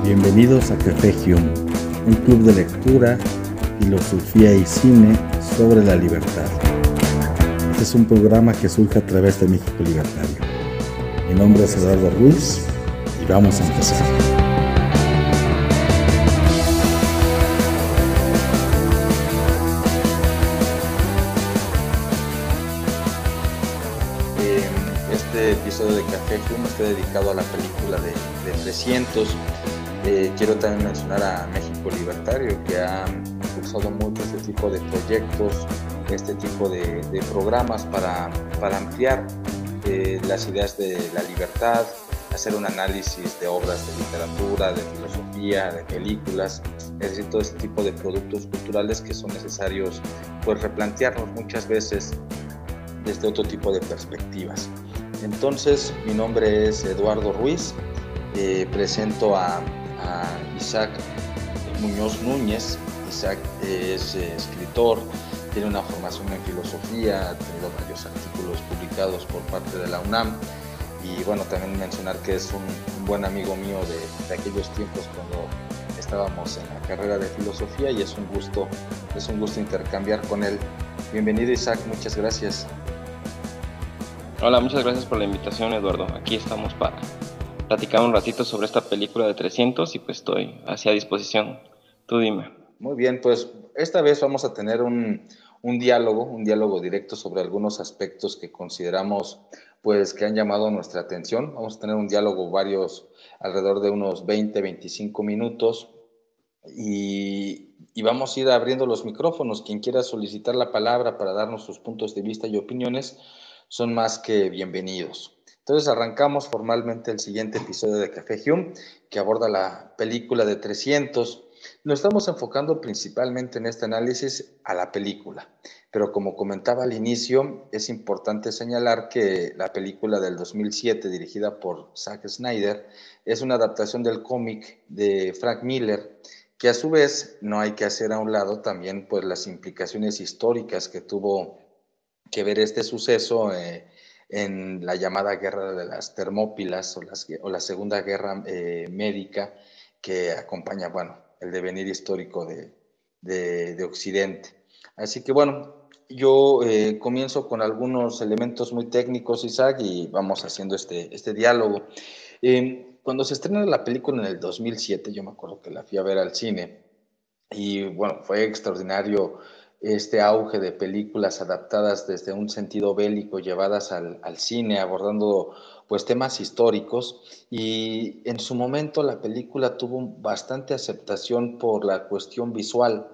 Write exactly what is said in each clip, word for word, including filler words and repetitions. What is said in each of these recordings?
Bienvenidos a Café Hume, un club de lectura, filosofía y cine sobre la libertad. Este es un programa que surge a través de México Libertario. Mi nombre es Eduardo Ruiz y vamos a empezar. Este episodio de Café Hume está dedicado a la película de, de trescientos. Eh, quiero también mencionar a México Libertario, que ha impulsado mucho este tipo de proyectos, este tipo de, de programas para, para ampliar eh, las ideas de la libertad, hacer un análisis de obras de literatura, de filosofía, de películas, es decir, todo este tipo de productos culturales que son necesarios pues replantearnos muchas veces desde otro tipo de perspectivas. Entonces, mi nombre es Eduardo Ruiz, eh, presento a, a Isaac Muñoz Núñez. Isaac es eh, escritor, tiene una formación en filosofía, ha tenido varios artículos publicados por parte de la UNAM y bueno, también mencionar que es un, un buen amigo mío de, de aquellos tiempos cuando estábamos en la carrera de filosofía y es un gusto, es un gusto intercambiar con él. Bienvenido, Isaac, muchas gracias. Hola, muchas gracias por la invitación, Eduardo. Aquí estamos para platicar un ratito sobre esta película de trescientos y pues estoy hacia disposición. Tú dime. Muy bien, pues esta vez vamos a tener un, un diálogo, un diálogo directo sobre algunos aspectos que consideramos pues que han llamado nuestra atención. Vamos a tener un diálogo varios, alrededor de unos veinte, veinticinco minutos y, y vamos a ir abriendo los micrófonos. Quien quiera solicitar la palabra para darnos sus puntos de vista y opiniones son más que bienvenidos. Entonces arrancamos formalmente el siguiente episodio de Café Hume, que aborda la película de trescientos. Nos estamos enfocando principalmente en este análisis a la película, pero como comentaba al inicio, es importante señalar que la película del dos mil siete, dirigida por Zack Snyder, es una adaptación del cómic de Frank Miller, que a su vez no hay que hacer a un lado también pues, las implicaciones históricas que tuvo que ver este suceso eh, en la llamada Guerra de las Termópilas o, las, o la Segunda Guerra eh, Médica que acompaña, bueno, el devenir histórico de, de, de Occidente. Así que, bueno, yo eh, comienzo con algunos elementos muy técnicos, Isaac, y vamos haciendo este, este diálogo. Eh, cuando se estrena la película en el dos mil siete, yo me acuerdo que la fui a ver al cine, y bueno, fue extraordinario este auge de películas adaptadas desde un sentido bélico, llevadas al, al cine, abordando pues temas históricos, y en su momento la película tuvo bastante aceptación por la cuestión visual,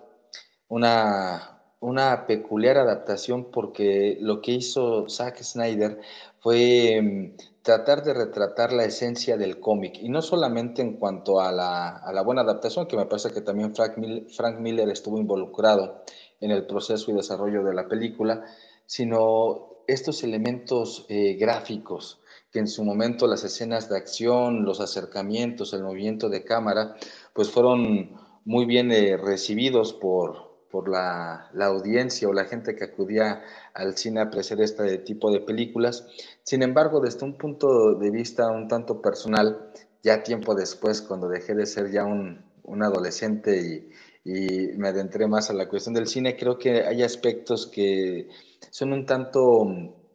una, una peculiar adaptación porque lo que hizo Zack Snyder fue um, tratar de retratar la esencia del cómic, y no solamente en cuanto a la, a la buena adaptación, que me parece que también Frank Miller, Frank Miller estuvo involucrado en el proceso y desarrollo de la película, sino estos elementos eh, gráficos, que en su momento las escenas de acción, los acercamientos, el movimiento de cámara, pues fueron muy bien eh, recibidos por, por la, la audiencia o la gente que acudía al cine a apreciar este tipo de películas. Sin embargo, desde un punto de vista un tanto personal, ya tiempo después, cuando dejé de ser ya un, un adolescente y, y me adentré más a la cuestión del cine, creo que hay aspectos que son un tanto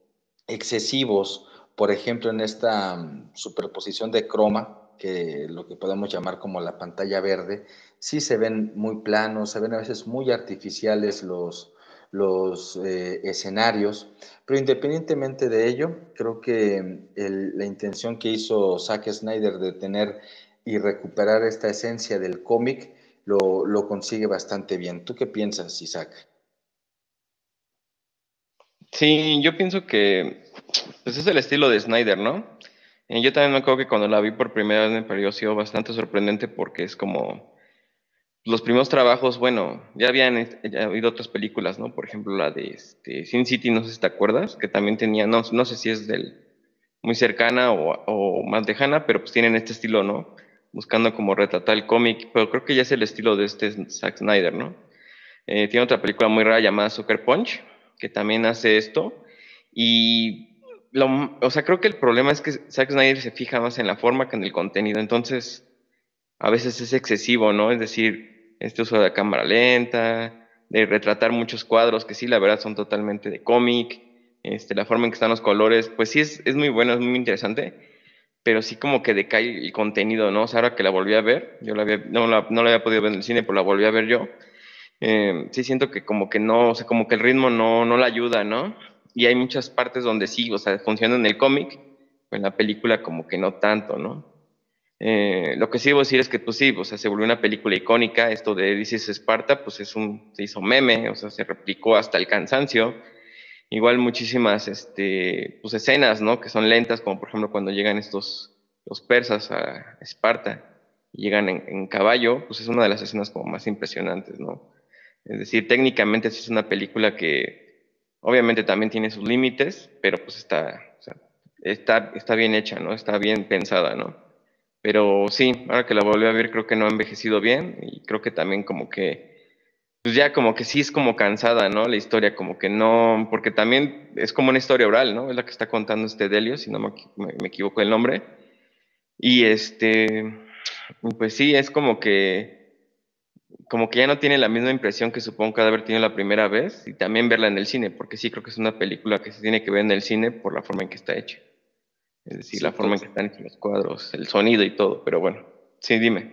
excesivos, por ejemplo, en esta um, superposición de croma, que lo que podemos llamar como la pantalla verde, sí se ven muy planos, se ven a veces muy artificiales los, los eh, escenarios, pero independientemente de ello, creo que el, la intención que hizo Zack Snyder de tener y recuperar esta esencia del cómic lo, lo consigue bastante bien. ¿Tú qué piensas, Isaac? Sí, yo pienso que pues es el estilo de Snyder, ¿no? Eh, yo también me acuerdo que cuando la vi por primera vez me pareció bastante sorprendente porque es como los primeros trabajos, bueno, ya habían eh, ya habido otras películas, ¿no? Por ejemplo, la de este, Sin City, no sé si te acuerdas, que también tenía, no, no sé si es del muy cercana o, o más lejana, pero pues tienen este estilo, ¿no? Buscando como retratar el cómic, pero creo que ya es el estilo de este Zack Snyder, ¿no? Eh, tiene otra película muy rara llamada Sucker Punch, que también hace esto. Y, lo, o sea, creo que el problema es que Zack Snyder se fija más en la forma que en el contenido. Entonces, a veces es excesivo, ¿no? Es decir, este uso de la cámara lenta, de retratar muchos cuadros que sí, la verdad, son totalmente de cómic, este, la forma en que están los colores, pues sí, es, es muy bueno, es muy interesante, pero sí como que decae el contenido, ¿no? O sea, ahora que la volví a ver, yo la había, no, la, no la había podido ver en el cine, pero la volví a ver yo, eh, sí siento que como que no, o sea, como que el ritmo no, no la ayuda, ¿no? Y hay muchas partes donde sí, o sea, funciona en el cómic, en la película como que no tanto, ¿no? Eh, lo que sí debo decir es que, pues sí, o sea, se volvió una película icónica, esto de This is Sparta, pues es un, se hizo meme, o sea, se replicó hasta el cansancio. Igual muchísimas, este, pues escenas, ¿no? Que son lentas, como por ejemplo cuando llegan estos, los persas a Esparta, y llegan en, en caballo, pues es una de las escenas como más impresionantes, ¿no? Es decir, técnicamente sí es una película que obviamente también tiene sus límites, pero pues está, o sea, está, está bien hecha, ¿no? Está bien pensada, ¿no? Pero sí, ahora que la volví a ver creo que no ha envejecido bien y creo que también como que, pues ya como que sí es como cansada, ¿no? La historia como que no, porque también es como una historia oral, ¿no? Es la que está contando este Delio, si no me, equi- me, me equivoco el nombre. Y este, pues sí, es como que, como que ya no tiene la misma impresión que supongo que ha de haber tenido la primera vez y también verla en el cine, porque sí creo que es una película que se tiene que ver en el cine por la forma en que está hecha. Es decir, Sí, la forma to- en que están hechos los cuadros, el sonido y todo, pero bueno, sí, dime.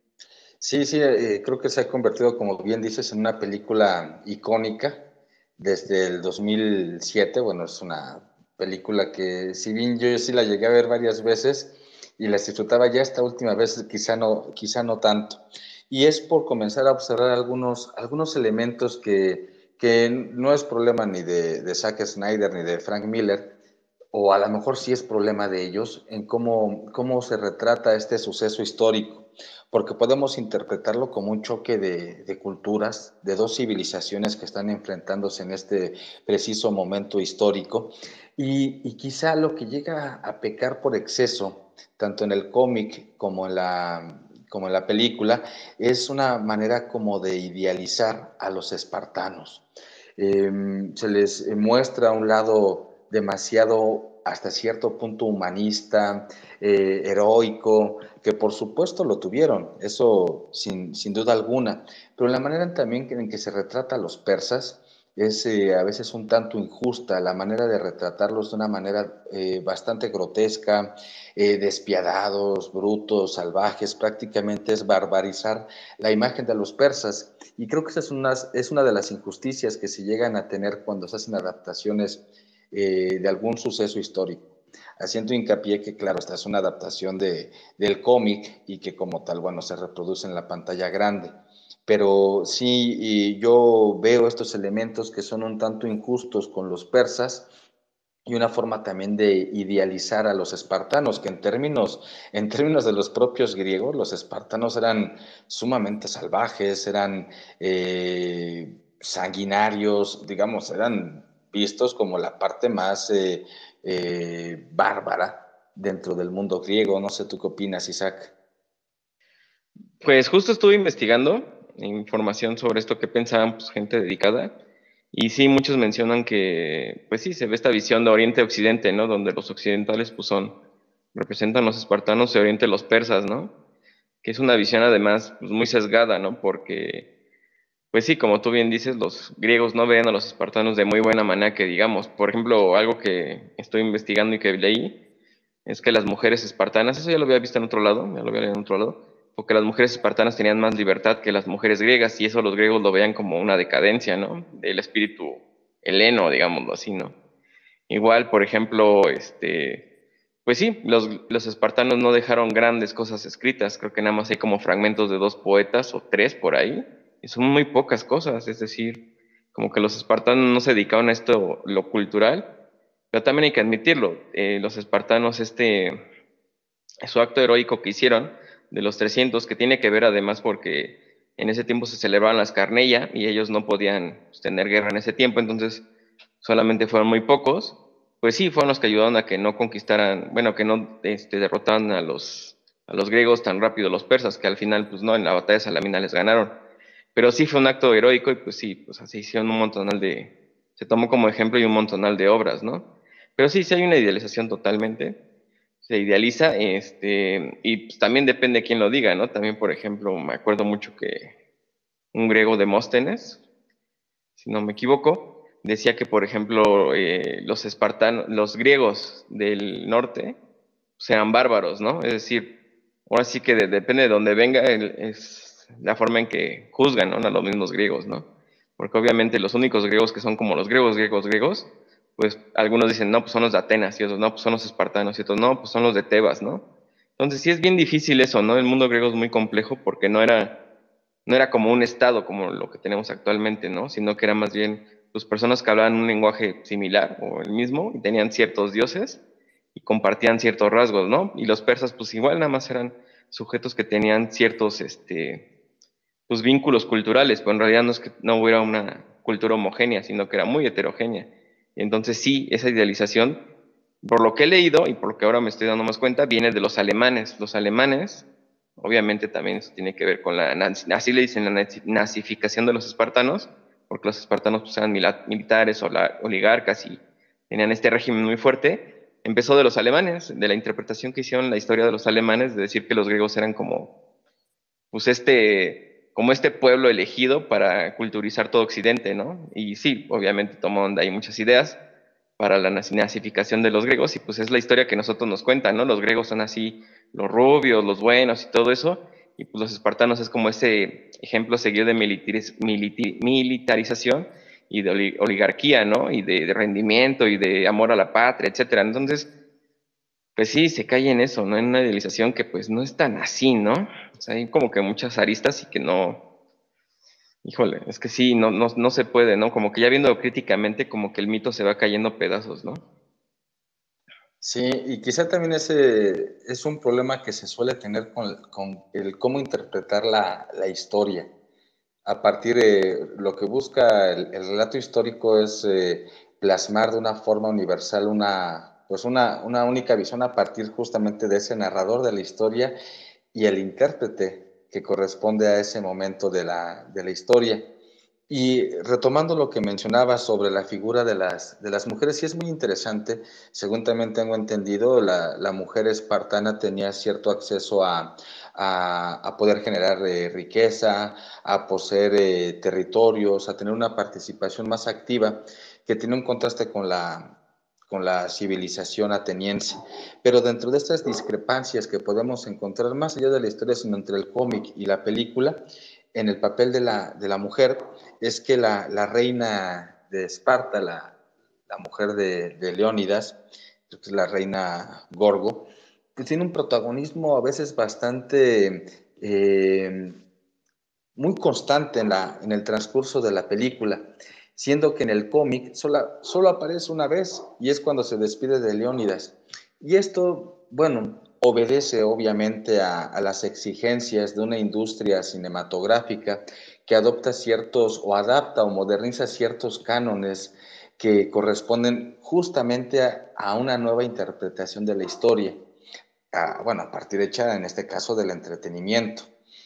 sí, sí, eh, creo que se ha convertido, como bien dices, en una película icónica desde el dos mil siete. Bueno, es una película que, si bien yo sí la llegué a ver varias veces y las disfrutaba, ya esta última vez quizá no, quizá no tanto. Y es por comenzar a observar algunos, algunos elementos que, que no es problema ni de, de Zack Snyder ni de Frank Miller, o a lo mejor sí es problema de ellos, en cómo, cómo se retrata este suceso histórico, porque podemos interpretarlo como un choque de, de culturas, de dos civilizaciones que están enfrentándose en este preciso momento histórico, y, y quizá lo que llega a pecar por exceso, tanto en el cómic como en la como en la película, es una manera como de idealizar a los espartanos. Eh, se les muestra un lado demasiado, hasta cierto punto, humanista, eh, heroico, que por supuesto lo tuvieron, eso sin, sin duda alguna, pero la manera también en que se retrata a los persas es eh, a veces un tanto injusta, la manera de retratarlos de una manera eh, bastante grotesca, eh, despiadados, brutos, salvajes, prácticamente es barbarizar la imagen de los persas. Y creo que esa es una, es una de las injusticias que se llegan a tener cuando se hacen adaptaciones eh, de algún suceso histórico. Haciendo hincapié que, claro, esta es una adaptación de, del cómic y que como tal, bueno, se reproduce en la pantalla grande. Pero sí, yo veo estos elementos que son un tanto injustos con los persas y una forma también de idealizar a los espartanos, que en términos, en términos de los propios griegos, los espartanos eran sumamente salvajes, eran eh, sanguinarios, digamos, eran vistos como la parte más eh, eh, bárbara dentro del mundo griego. No sé tú qué opinas, Isaac. Pues justo estuve investigando información sobre esto que pensaban pues, gente dedicada y sí, muchos mencionan que pues sí, se ve esta visión de Oriente Occidente, ¿no? Donde los occidentales pues son, representan los espartanos y Oriente los persas, ¿no? Que es una visión además pues, muy sesgada, ¿no? Porque pues sí, como tú bien dices, los griegos no ven a los espartanos de muy buena manera que digamos. Por ejemplo, algo que estoy investigando y que leí es que las mujeres espartanas, eso ya lo había visto en otro lado, ya lo había leído en otro lado, porque las mujeres espartanas tenían más libertad que las mujeres griegas y eso los griegos lo veían como una decadencia, ¿no? Del espíritu heleno, digámoslo así, ¿no? Igual, por ejemplo, este, pues sí, los, los espartanos no dejaron grandes cosas escritas, creo que nada más hay como fragmentos de dos poetas o tres por ahí, y son muy pocas cosas, es decir, como que los espartanos no se dedicaban a esto, lo cultural, pero también hay que admitirlo, eh, los espartanos, este, su acto heroico que hicieron de los trescientos que tiene que ver además porque en ese tiempo se celebraban las Carneia y ellos no podían pues, tener guerra en ese tiempo, entonces solamente fueron muy pocos, pues sí, fueron los que ayudaron a que no conquistaran, bueno, que no este, derrotaran a los, a los griegos tan rápido los persas, que al final, pues no, en la batalla de Salamina les ganaron. Pero sí fue un acto heroico y pues sí, pues así hicieron un montonal de, se tomó como ejemplo y un montonal de obras, ¿no? Pero sí, sí hay una idealización totalmente. se idealiza, este, y pues también depende de quién lo diga, ¿no? También, por ejemplo, me acuerdo mucho que un griego, Demóstenes, si no me equivoco, decía que, por ejemplo, eh, los espartanos, los griegos del norte, pues eran bárbaros, ¿no? Es decir, ahora sí que de- depende de dónde venga, el- es la forma en que juzgan, ¿no? A los mismos griegos, ¿no? Porque obviamente los únicos griegos que son como los griegos, griegos, griegos, pues algunos dicen, no, pues son los de Atenas, y otros, no, pues son los espartanos, y otros, no, pues son los de Tebas, ¿no? Entonces sí es bien difícil eso, ¿no? El mundo griego es muy complejo porque no era no era como un estado como lo que tenemos actualmente, ¿no? Sino que era más bien pues, personas que hablaban un lenguaje similar o el mismo y tenían ciertos dioses y compartían ciertos rasgos, ¿no? Y los persas pues igual nada más eran sujetos que tenían ciertos este, pues, vínculos culturales, pero en realidad no es que no hubiera una cultura homogénea, sino que era muy heterogénea. Y entonces sí, esa idealización, por lo que he leído y por lo que ahora me estoy dando más cuenta, viene de los alemanes. Los alemanes, obviamente también eso tiene que ver con la, así le dicen, la nazificación de los espartanos, porque los espartanos pues, eran militares o oligarcas y tenían este régimen muy fuerte. Empezó de los alemanes, de la interpretación que hicieron la historia de los alemanes, de decir que los griegos eran como pues este, como este pueblo elegido para culturizar todo Occidente, ¿no? Y sí, obviamente tomó de ahí muchas ideas para la nazificación de los griegos y pues es la historia que nosotros nos cuentan, ¿no? Los griegos son así, los rubios, los buenos y todo eso, y pues los espartanos es como ese ejemplo seguido de militariz militi militarización y de oligarquía, ¿no? Y de, de rendimiento y de amor a la patria, etcétera. Entonces, pues sí, se cae en eso, ¿no? En una idealización que pues no es tan así, ¿no? O sea, hay como que muchas aristas y que no, híjole, es que sí, no, no, no se puede, ¿no? Como que ya viendo críticamente, como que el mito se va cayendo a pedazos, ¿no? Sí, y quizá también ese es un problema que se suele tener con, con el cómo interpretar la, la historia. A partir de lo que busca el, el relato histórico es eh, plasmar de una forma universal una, pues una, una única visión a partir justamente de ese narrador de la historia y el intérprete que corresponde a ese momento de la, de la historia. Y retomando lo que mencionaba sobre la figura de las, de las mujeres, sí es muy interesante. Según también tengo entendido, la, la mujer espartana tenía cierto acceso a, a, a poder generar eh, riqueza, a poseer eh, territorios, a tener una participación más activa, que tiene un contraste con la, con la civilización ateniense. Pero dentro de estas discrepancias que podemos encontrar, más allá de la historia, sino entre el cómic y la película, en el papel de la, de la mujer, es que la, la reina de Esparta, la, la mujer de, de Leónidas, que es la reina Gorgo, pues tiene un protagonismo a veces bastante eh, muy constante en, la, en el transcurso de la película, siendo que en el cómic solo, solo aparece una vez y es cuando se despide de Leónidas. Y esto, bueno, obedece obviamente a, a las exigencias de una industria cinematográfica que adopta ciertos o adapta o moderniza ciertos cánones que corresponden justamente a, a una nueva interpretación de la historia, a, bueno, a partir hecha en este caso del entretenimiento.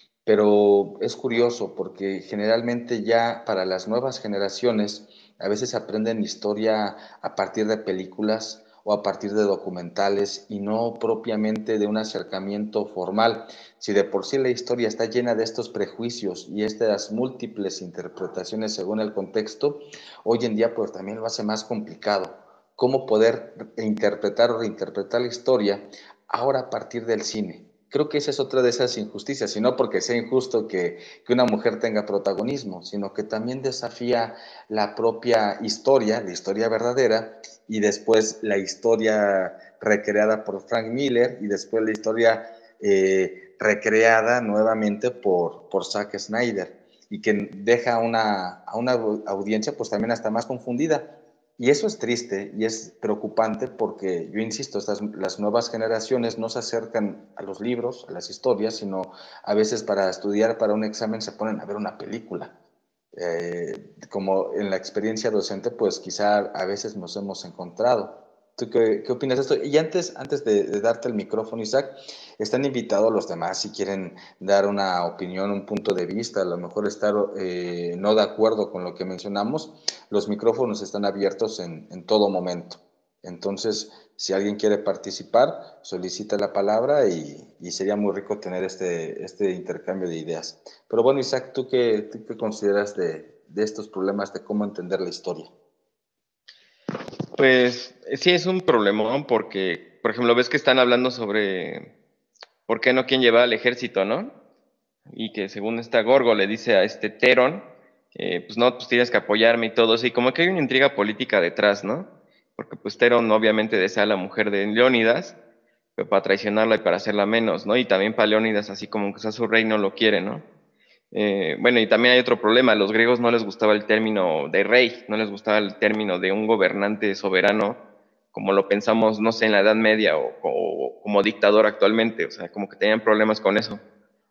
Pero es curioso porque generalmente ya para las nuevas generaciones a veces aprenden historia a partir de películas o a partir de documentales y no propiamente de un acercamiento formal. Si de por sí la historia está llena de estos prejuicios y estas múltiples interpretaciones según el contexto, hoy en día pues también lo hace más complicado. ¿Cómo poder interpretar o reinterpretar la historia ahora a partir del cine? Creo que esa es otra de esas injusticias, y no porque sea injusto que, que, una mujer tenga protagonismo, sino que también desafía la propia historia, la historia verdadera, y después la historia recreada por Frank Miller, y después la historia eh, recreada nuevamente por, por Zack Snyder, y que deja una, a una audiencia pues también hasta más confundida. Y eso es triste y es preocupante porque, yo insisto, estas, las nuevas generaciones no se acercan a los libros, a las historias, sino a veces para estudiar para un examen se ponen a ver una película. Eh, como en la experiencia docente, pues quizá a veces nos hemos encontrado. ¿Tú qué, qué opinas de esto? Y antes, antes de, de darte el micrófono, Isaac, están invitados los demás si quieren dar una opinión, un punto de vista, a lo mejor estar eh, no de acuerdo con lo que mencionamos. Los micrófonos están abiertos en, en todo momento. Entonces, si alguien quiere participar, solicita la palabra y, y sería muy rico tener este, este intercambio de ideas. Pero bueno, Isaac, ¿tú qué, tú qué consideras de, de estos problemas de cómo entender la historia? Pues sí es un problemón porque, por ejemplo, ves que están hablando sobre por qué no quieren llevar al ejército, ¿no? Y que según esta Gorgo le dice a este Teron, eh, pues no, pues tienes que apoyarme y todo eso, y como que hay una intriga política detrás, ¿no? Porque pues Teron obviamente desea a la mujer de Leónidas, pero para traicionarla y para hacerla menos, ¿no? Y también para Leónidas, así como que sea su rey, no lo quiere, ¿no? Eh, bueno, y también hay otro problema, a los griegos no les gustaba el término de rey, no les gustaba el término de un gobernante soberano, como lo pensamos, no sé, en la Edad Media o, o como dictador actualmente, o sea, como que tenían problemas con eso.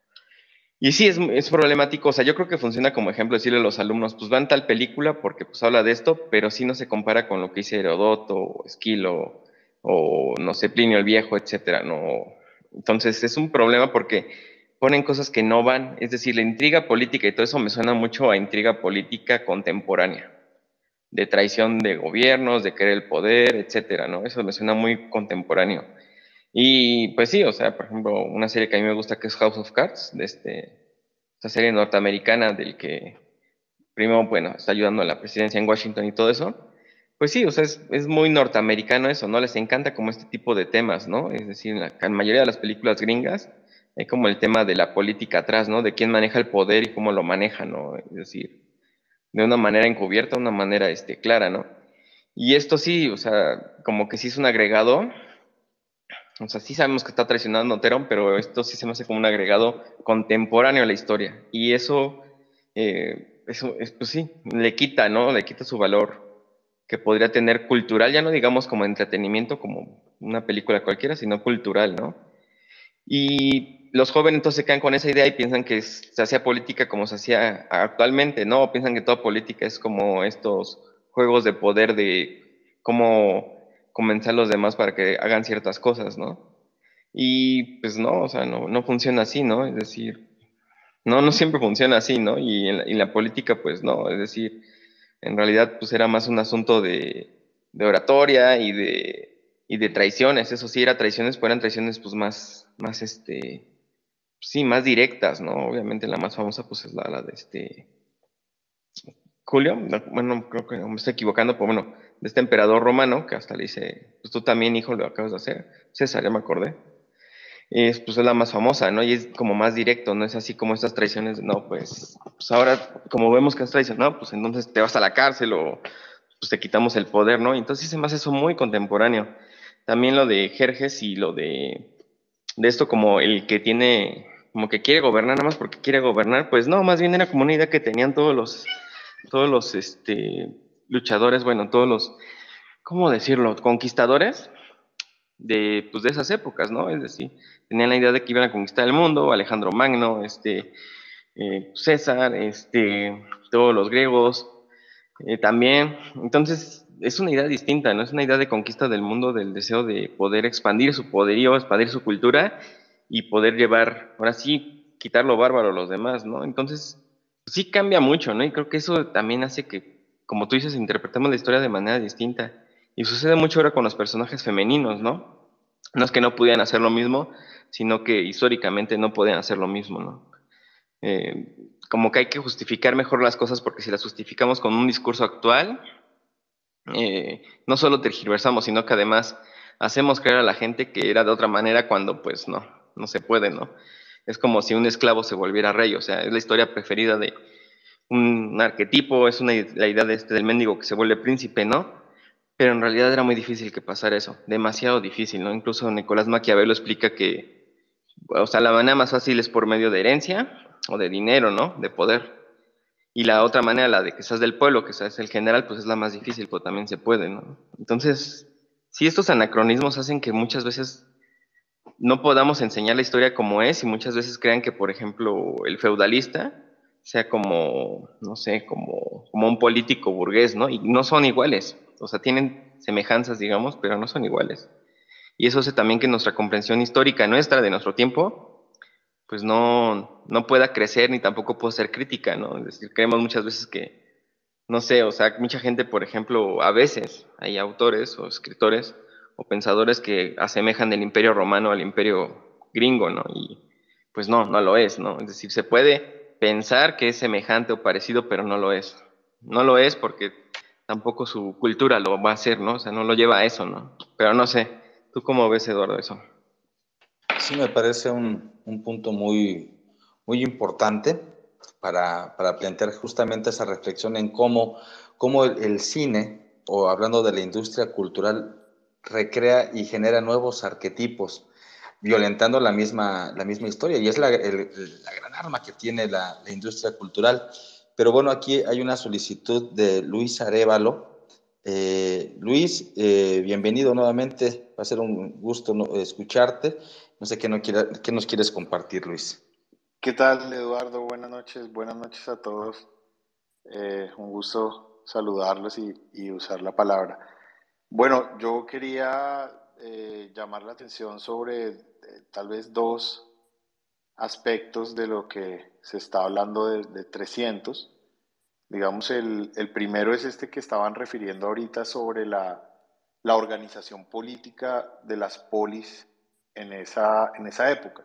Y sí, es, es problemático, o sea, yo creo que funciona como ejemplo decirle a los alumnos, pues van tal película porque pues habla de esto, pero sí no se compara con lo que dice Herodoto, o Esquilo, o no sé, Plinio el Viejo, etcétera, no. Entonces es un problema porque ponen cosas que no van, es decir, la intriga política y todo eso me suena mucho a intriga política contemporánea, de traición de gobiernos, de querer el poder, etcétera, ¿no? Eso me suena muy contemporáneo. Y pues sí, o sea, por ejemplo, una serie que a mí me gusta que es House of Cards, de este, esta serie norteamericana del que primero, bueno, está ayudando a la presidencia en Washington y todo eso. Pues sí, o sea, es, es muy norteamericano eso, ¿no? Les encanta como este tipo de temas, ¿no? Es decir, en la, en la mayoría de las películas gringas hay como el tema de la política atrás, ¿no? De quién maneja el poder y cómo lo maneja, ¿no? Es decir, de una manera encubierta, de una manera este, clara, ¿no? Y esto sí, o sea, como que sí es un agregado, o sea, sí sabemos que está traicionando a Otero, pero esto sí se me hace como un agregado contemporáneo a la historia. Y eso, eh, eso es, pues sí, le quita, ¿no? Le quita su valor que podría tener cultural, ya no digamos como entretenimiento, como una película cualquiera, sino cultural, ¿no? Y los jóvenes entonces se quedan con esa idea y piensan que es- se hacía política como se hacía actualmente, ¿no? Piensan que toda política es como estos juegos de poder de cómo convencer a los demás para que hagan ciertas cosas, ¿no? Y pues no, o sea, no, no funciona así, ¿no? Es decir, no, no siempre funciona así, ¿no? Y en la, y en la política, pues no, es decir, en realidad, pues era más un asunto de, de oratoria y de, y de traiciones. Eso sí, era traiciones, pero eran traiciones, pues más, más, este, sí, más directas, ¿no? Obviamente la más famosa, pues es la, la de este Julio. No, bueno, creo que no me estoy equivocando, pero bueno, de este emperador romano, que hasta le dice, pues tú también, hijo, lo acabas de hacer. César, ya me acordé. Es, pues es la más famosa, ¿no? Y es como más directo, no es así como estas traiciones, no, pues, pues ahora, como vemos que has traicionado, pues entonces te vas a la cárcel o pues te quitamos el poder, ¿no? Entonces se me hace eso muy contemporáneo. También lo de Jerjes y lo de, de esto como el que tiene, como que quiere gobernar nada más porque quiere gobernar, pues no, más bien era como una idea que tenían todos los, todos los, este, luchadores, bueno, todos los, ¿cómo decirlo? Conquistadores de, pues, de esas épocas, ¿no? Es decir, tenían la idea de que iban a conquistar el mundo, Alejandro Magno, este, eh, César, este, todos los griegos, eh, también. Entonces, es una idea distinta, ¿no? Es una idea de conquista del mundo, del deseo de poder expandir su poderío, expandir su cultura y poder llevar, ahora sí, quitar lo bárbaro a los demás, ¿no? Entonces, sí cambia mucho, ¿no? Y creo que eso también hace que, como tú dices, interpretemos la historia de manera distinta. Y sucede mucho ahora con los personajes femeninos, ¿no? No es que no pudieran hacer lo mismo, sino que históricamente no podían hacer lo mismo, ¿no? Eh, como que hay que justificar mejor las cosas porque si las justificamos con un discurso actual, eh, no solo tergiversamos, sino que además hacemos creer a la gente que era de otra manera cuando pues no, no se puede, ¿no? Es como si un esclavo se volviera rey, o sea, es la historia preferida de un arquetipo, es una, la idea de este, del mendigo que se vuelve príncipe, ¿no? Pero en realidad era muy difícil que pasara eso, demasiado difícil, ¿no? Incluso Nicolás Maquiavelo explica que, o sea, la manera más fácil es por medio de herencia o de dinero, ¿no? De poder. Y la otra manera, la de que seas del pueblo, que seas el general, pues es la más difícil, pero también se puede, ¿no? Entonces, sí, estos anacronismos hacen que muchas veces no podamos enseñar la historia como es y muchas veces crean que, por ejemplo, el feudalista sea como, no sé, como, como un político burgués, ¿no? Y no son iguales, o sea, tienen semejanzas, digamos, pero no son iguales. Y eso hace también que nuestra comprensión histórica nuestra, de nuestro tiempo, pues no, no pueda crecer ni tampoco pueda ser crítica, ¿no? Es decir, creemos muchas veces que no sé, o sea, mucha gente, por ejemplo, a veces hay autores o escritores o pensadores que asemejan el imperio romano al imperio gringo, ¿no? Y pues no, no lo es, ¿no? Es decir, se puede pensar que es semejante o parecido, pero no lo es. No lo es porque tampoco su cultura lo va a hacer, ¿no? O sea, no lo lleva a eso, ¿no? Pero no sé, ¿tú cómo ves, Eduardo, eso? Sí, me parece un, un punto muy, muy importante para, para plantear justamente esa reflexión en cómo, cómo el, el cine, o hablando de la industria cultural, recrea y genera nuevos arquetipos, violentando la misma, la misma historia. Y es la, el, la gran arma que tiene la, la industria cultural. Pero bueno, aquí hay una solicitud de Luis Arévalo. Eh, Luis, eh, bienvenido nuevamente. Va a ser un gusto no, escucharte. No sé qué, no quiera, qué nos quieres compartir, Luis. ¿Qué tal, Eduardo? Buenas noches, buenas noches a todos. Eh, un gusto saludarlos y, y usar la palabra. Bueno, yo quería eh, llamar la atención sobre eh, tal vez dos aspectos de lo que se está hablando de, de trescientos. Digamos, el, el primero es este que estaban refiriendo ahorita sobre la, la organización política de las polis en esa, en esa época.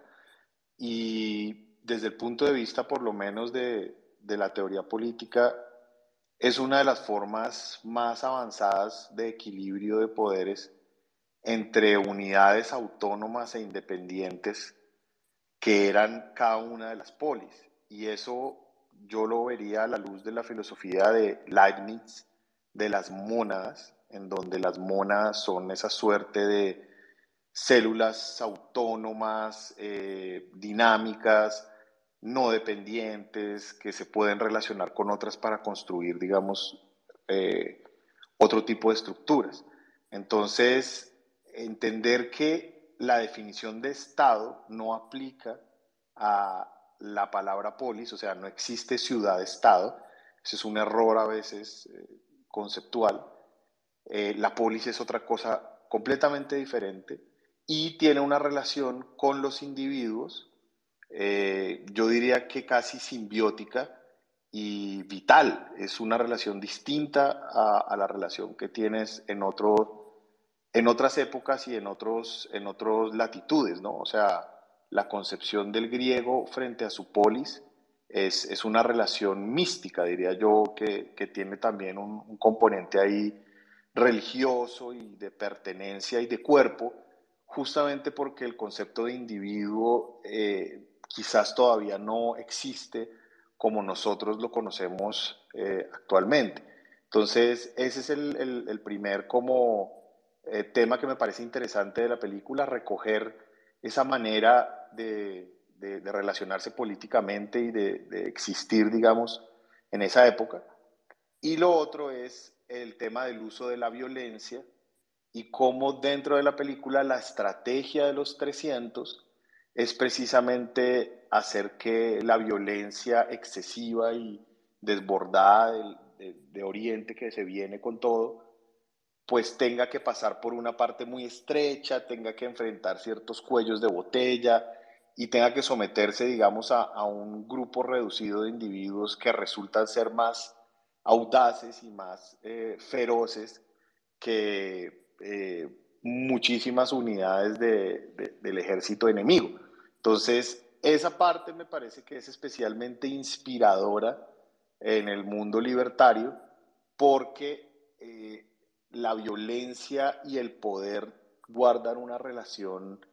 Y desde el punto de vista, por lo menos, de, de la teoría política, es una de las formas más avanzadas de equilibrio de poderes entre unidades autónomas e independientes que eran cada una de las polis. Y eso yo lo vería a la luz de la filosofía de Leibniz, de las mónadas, en donde las mónadas son esa suerte de células autónomas, eh, dinámicas, no dependientes, que se pueden relacionar con otras para construir, digamos, eh, otro tipo de estructuras. Entonces, entender que la definición de Estado no aplica a la palabra polis, o sea, no existe ciudad-estado, ese es un error a veces eh, conceptual. Eh, la polis es otra cosa completamente diferente y tiene una relación con los individuos, eh, yo diría que casi simbiótica y vital. Es una relación distinta a, a la relación que tienes en, otro, en otras épocas y en otras en otros latitudes, ¿no? O sea, la concepción del griego frente a su polis es, es una relación mística, diría yo, que, que tiene también un, un componente ahí religioso y de pertenencia y de cuerpo, justamente porque el concepto de individuo eh, quizás todavía no existe como nosotros lo conocemos eh, actualmente. Entonces, ese es el, el, el primer como eh, tema que me parece interesante de la película, recoger esa manera de, de, de relacionarse políticamente y de, de existir, digamos, en esa época. Y lo otro es el tema del uso de la violencia y cómo dentro de la película la estrategia de los trescientos es precisamente hacer que la violencia excesiva y desbordada de, de, de Oriente que se viene con todo, pues tenga que pasar por una parte muy estrecha, tenga que enfrentar ciertos cuellos de botella y tenga que someterse, digamos, a, a un grupo reducido de individuos que resultan ser más audaces y más eh, feroces que eh, muchísimas unidades de, de, del ejército enemigo. Entonces, esa parte me parece que es especialmente inspiradora en el mundo libertario porque eh, la violencia y el poder guardan una relación,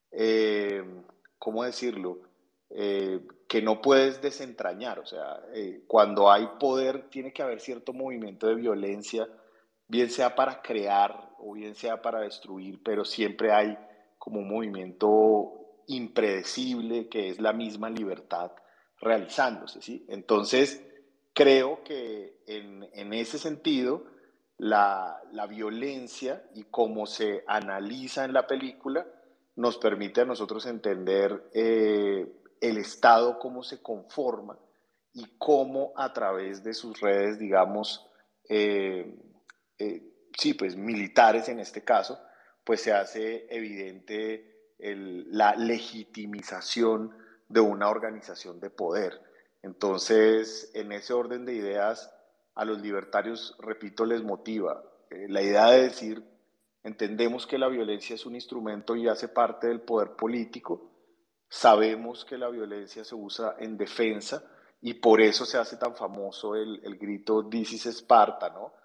eh, ¿cómo decirlo? Eh, que no puedes desentrañar. O sea, eh, cuando hay poder tiene que haber cierto movimiento de violencia, bien sea para crear o bien sea para destruir, pero siempre hay como un movimiento impredecible que es la misma libertad realizándose, ¿sí? Entonces, creo que en, en ese sentido, la, la violencia y cómo se analiza en la película nos permite a nosotros entender eh, el Estado, cómo se conforma y cómo a través de sus redes, digamos, eh, eh, sí, pues militares en este caso, pues se hace evidente el, la legitimización de una organización de poder. Entonces, en ese orden de ideas, a los libertarios, repito, les motiva. Eh, la idea de decir, entendemos que la violencia es un instrumento y hace parte del poder político, sabemos que la violencia se usa en defensa y por eso se hace tan famoso el, el grito "This is Sparta", ¿no?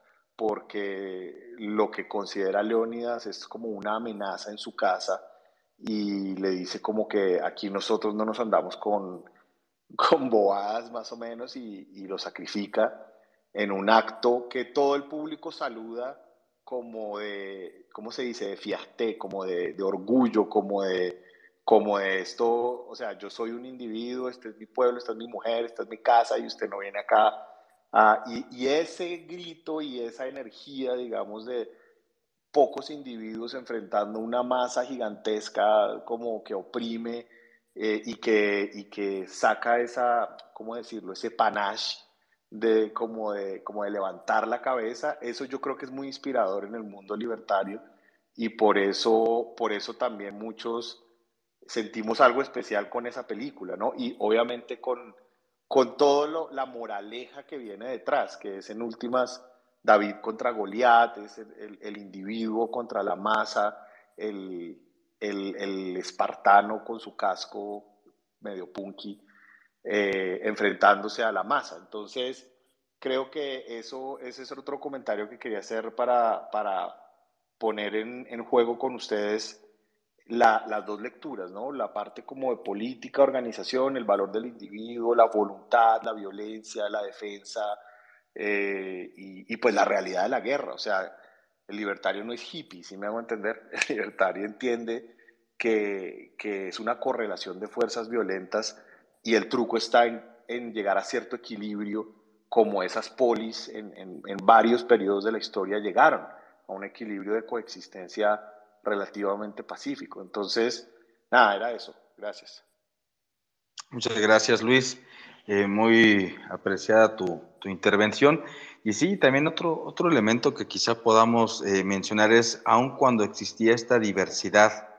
Porque lo que considera Leónidas es como una amenaza en su casa y le dice como que aquí nosotros no nos andamos con, con bobadas más o menos y, y lo sacrifica en un acto que todo el público saluda como de, ¿cómo se dice?, de fiesté, como de, de orgullo, como de, como de esto, o sea, yo soy un individuo, este es mi pueblo, esta es mi mujer, esta es mi casa y usted no viene acá. Ah, y, y ese grito y esa energía, digamos, de pocos individuos enfrentando una masa gigantesca como que oprime eh, y, que, y que saca esa, ¿cómo decirlo?, ese panache de como, de como de levantar la cabeza, eso yo creo que es muy inspirador en el mundo libertario y por eso, por eso también muchos sentimos algo especial con esa película, ¿no? Y obviamente con, con toda la moraleja que viene detrás, que es en últimas David contra Goliat, es el, el, el individuo contra la masa, el, el, el espartano con su casco medio punky, eh, enfrentándose a la masa. Entonces, creo que eso, ese es otro comentario que quería hacer para, para poner en, en juego con ustedes la, las dos lecturas, ¿no? La parte como de política, organización, el valor del individuo, la voluntad, la violencia, la defensa, eh, y, y pues la realidad de la guerra. O sea, el libertario no es hippie, ¿sí me hago entender? El libertario entiende que, que es una correlación de fuerzas violentas y el truco está en, en llegar a cierto equilibrio, como esas polis en, en, en varios periodos de la historia llegaron a un equilibrio de coexistencia relativamente pacífico. Entonces, nada, era eso. Gracias. Muchas gracias, Luis. Eh, muy apreciada tu, tu intervención. Y sí, también otro, otro elemento que quizá podamos eh, mencionar es, aun cuando existía esta diversidad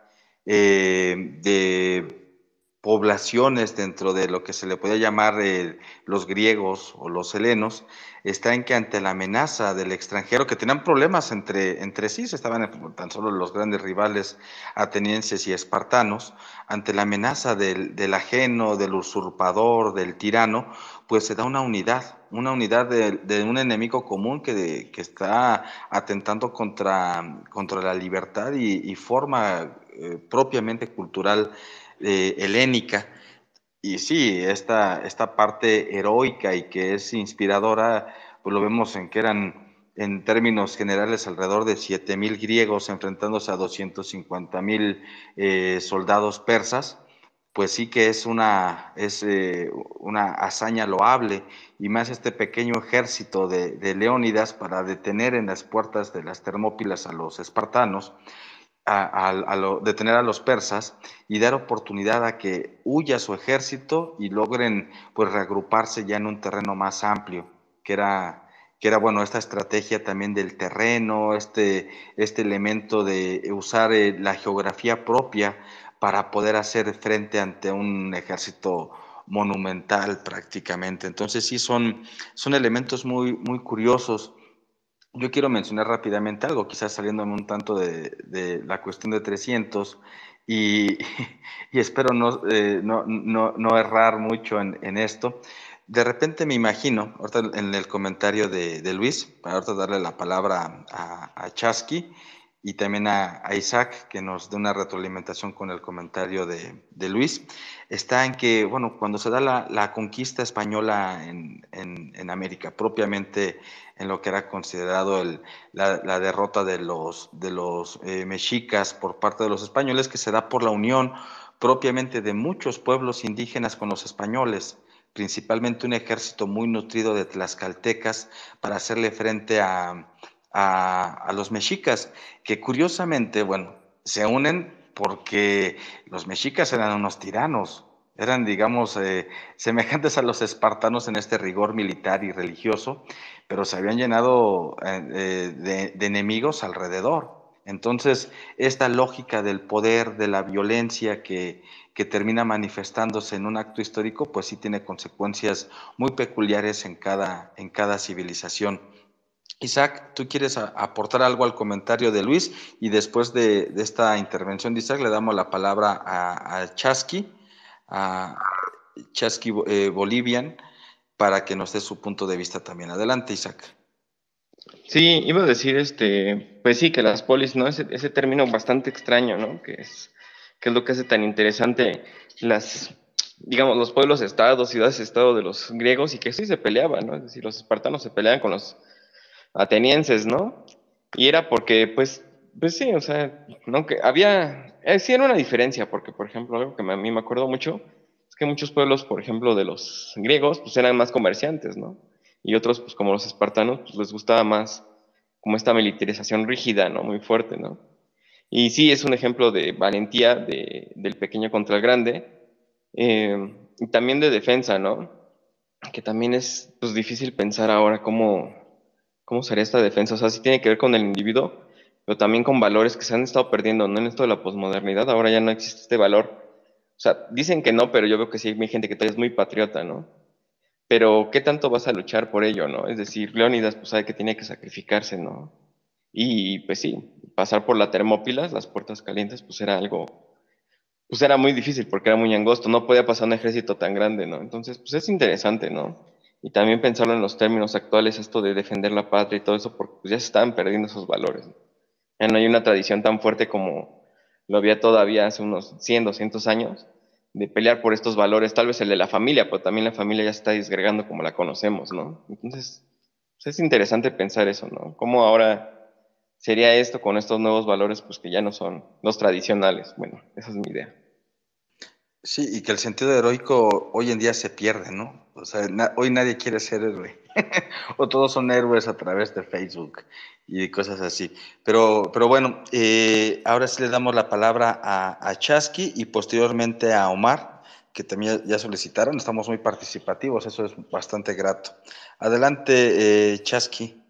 eh, de poblaciones dentro de lo que se le podía llamar eh, los griegos o los helenos, está en que ante la amenaza del extranjero, que tenían problemas entre, entre sí, se estaban tan solo los grandes rivales atenienses y espartanos, ante la amenaza del, del ajeno, del usurpador, del tirano, pues se da una unidad, una unidad de, de un enemigo común que, de, que está atentando contra, contra la libertad y, y forma eh, propiamente cultural eh, helénica. Y sí, esta, esta parte heroica y que es inspiradora, pues lo vemos en que eran, en términos generales, alrededor de siete mil griegos enfrentándose a doscientos cincuenta mil eh, soldados persas. Pues sí que es una, es, eh, una hazaña loable, y más este pequeño ejército de, de Leónidas para detener en las puertas de las Termópilas a los espartanos, a, a, a lo, detener a los persas y dar oportunidad a que huya su ejército y logren pues reagruparse ya en un terreno más amplio, que era, que era bueno, esta estrategia también del terreno, este, este elemento de usar eh, la geografía propia para poder hacer frente ante un ejército monumental prácticamente. Entonces sí son, son elementos muy, muy curiosos. Yo quiero mencionar rápidamente algo, quizás saliéndome un tanto de, de la cuestión de trescientos, y, y espero no, eh, no, no, no errar mucho en, en esto. De repente me imagino, ahorita en el comentario de, de Luis, para ahorita darle la palabra a, a Chasqui y también a, a Isaac, que nos dé una retroalimentación con el comentario de, de Luis, está en que, bueno, cuando se da la, la conquista española en, en, en América, propiamente en lo que era considerado el, la, la derrota de los, de los eh, mexicas por parte de los españoles, que se da por la unión propiamente de muchos pueblos indígenas con los españoles, principalmente un ejército muy nutrido de tlaxcaltecas para hacerle frente a, a, a los mexicas, que curiosamente, bueno, se unen porque los mexicas eran unos tiranos, eran, digamos, eh, semejantes a los espartanos en este rigor militar y religioso, pero se habían llenado eh, de, de enemigos alrededor. Entonces, esta lógica del poder, de la violencia que, que termina manifestándose en un acto histórico, pues sí tiene consecuencias muy peculiares en cada, en cada civilización. Isaac, ¿tú quieres a, aportar algo al comentario de Luis? Y después de, de esta intervención de Isaac le damos la palabra a, a Chasqui, a Chasqui eh, Bolivian, para que nos dé su punto de vista también. Adelante, Isaac. Sí, iba a decir, este, pues sí, que las polis, ¿no? Ese, ese término bastante extraño, ¿no? Que es, que es lo que hace tan interesante las, digamos, los pueblos-estados, ciudades-estado de los griegos, y que sí se peleaban, ¿no? Es decir, los espartanos se peleaban con los atenienses, ¿no? Y era porque, pues, pues sí, o sea, no que había, eh, sí era una diferencia, porque, por ejemplo, algo que a mí me acuerdo mucho, es que muchos pueblos, por ejemplo, de los griegos, pues eran más comerciantes, ¿no? Y otros, pues como los espartanos, pues les gustaba más como esta militarización rígida, ¿no? Muy fuerte, ¿no? Y sí, es un ejemplo de valentía de, del pequeño contra el grande, eh, y también de defensa, ¿no? Que también es, pues, difícil pensar ahora cómo, cómo sería esta defensa. O sea, sí tiene que ver con el individuo, pero también con valores que se han estado perdiendo, ¿no? En esto de la posmodernidad, ahora ya no existe este valor. O sea, dicen que no, pero yo veo que sí hay gente que todavía es muy patriota, ¿no? Pero ¿qué tanto vas a luchar por ello, no? Es decir, Leónidas, pues sabe que tenía que sacrificarse, ¿no? Y pues sí, pasar por la Termópilas, las puertas calientes, pues era algo, pues era muy difícil porque era muy angosto, no podía pasar un ejército tan grande, ¿no? Entonces, pues es interesante, ¿no? Y también pensarlo en los términos actuales, esto de defender la patria y todo eso, porque pues ya se estaban perdiendo esos valores, ¿no? Ya no hay una tradición tan fuerte como lo había todavía hace unos cien, doscientos años, de pelear por estos valores, tal vez el de la familia, pero también la familia ya se está disgregando como la conocemos, ¿no? Entonces, pues es interesante pensar eso, ¿no? ¿Cómo ahora sería esto con estos nuevos valores, pues que ya no son los tradicionales? Bueno, esa es mi idea. Sí, y que el sentido heroico hoy en día se pierde, ¿no? O sea, na- hoy nadie quiere ser héroe. O todos son héroes a través de Facebook y cosas así. Pero, pero bueno, eh, ahora sí le damos la palabra a, a Chasqui y posteriormente a Omar, que también ya solicitaron. Estamos muy participativos, eso es bastante grato. Adelante, eh, Chasqui.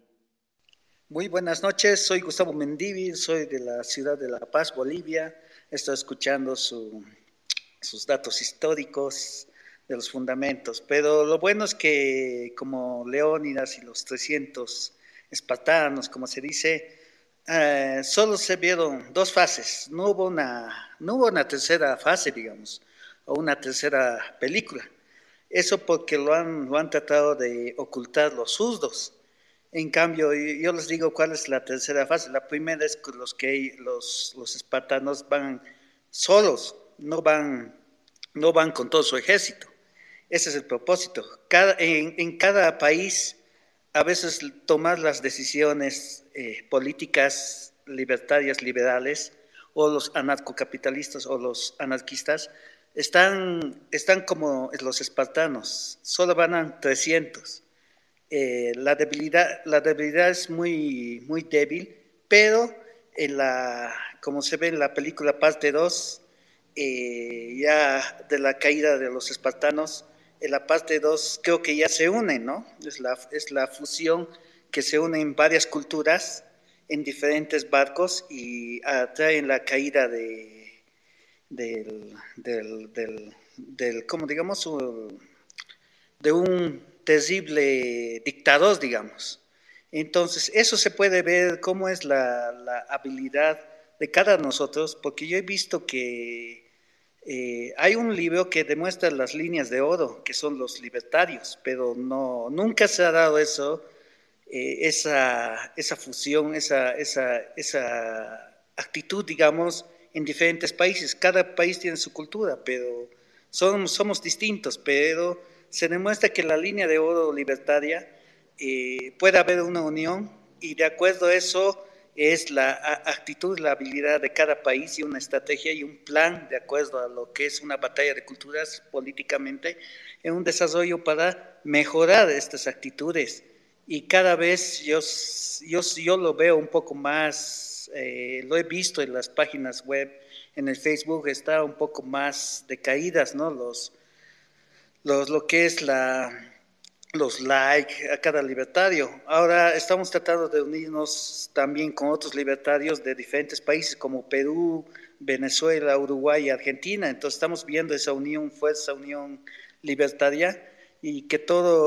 Muy buenas noches, soy Gustavo Mendívil, soy de la ciudad de La Paz, Bolivia. Estoy escuchando su, sus datos históricos de los fundamentos, pero lo bueno es que como Leónidas y los trescientos espartanos, como se dice, eh, solo se vieron dos fases, no hubo, una, no hubo una tercera fase, digamos, o una tercera película. Eso porque lo han, lo han tratado de ocultar los zurdos. En cambio, yo les digo cuál es la tercera fase. La primera es que los, que los, los espartanos van solos, no van, no van con todo su ejército. Ese es el propósito. Cada, en, en cada país, a veces tomar las decisiones eh, políticas libertarias, liberales, o los anarcocapitalistas o los anarquistas, están, están como los espartanos, solo van a trescientos. Eh, la, debilidad, la debilidad es muy, muy débil, pero en la, como se ve en la película parte dos, eh, ya de la caída de los espartanos, en la parte dos creo que ya se unen, ¿no? Es la, es la fusión que se une en varias culturas, en diferentes barcos y atraen la caída de, del, del, del, del, como digamos, de un terrible dictador, digamos. Entonces, eso se puede ver cómo es la, la habilidad de cada uno de nosotros, porque yo he visto que eh, hay un libro que demuestra las líneas de oro, que son los libertarios, pero no, nunca se ha dado eso, eh, esa, esa fusión, esa, esa, esa actitud, digamos, en diferentes países. Cada país tiene su cultura, pero son, somos distintos, pero se demuestra que la línea de oro libertaria eh, puede haber una unión y de acuerdo a eso es la actitud, la habilidad de cada país y una estrategia y un plan de acuerdo a lo que es una batalla de culturas políticamente en un desarrollo para mejorar estas actitudes. Y cada vez yo, yo, yo lo veo un poco más, eh, lo he visto en las páginas web, en el Facebook está un poco más decaídas, ¿no? Los, los, lo que es la, los like a cada libertario. Ahora estamos tratando de unirnos también con otros libertarios de diferentes países como Perú, Venezuela, Uruguay y Argentina. Entonces estamos viendo esa unión, fuerza, unión libertaria, y que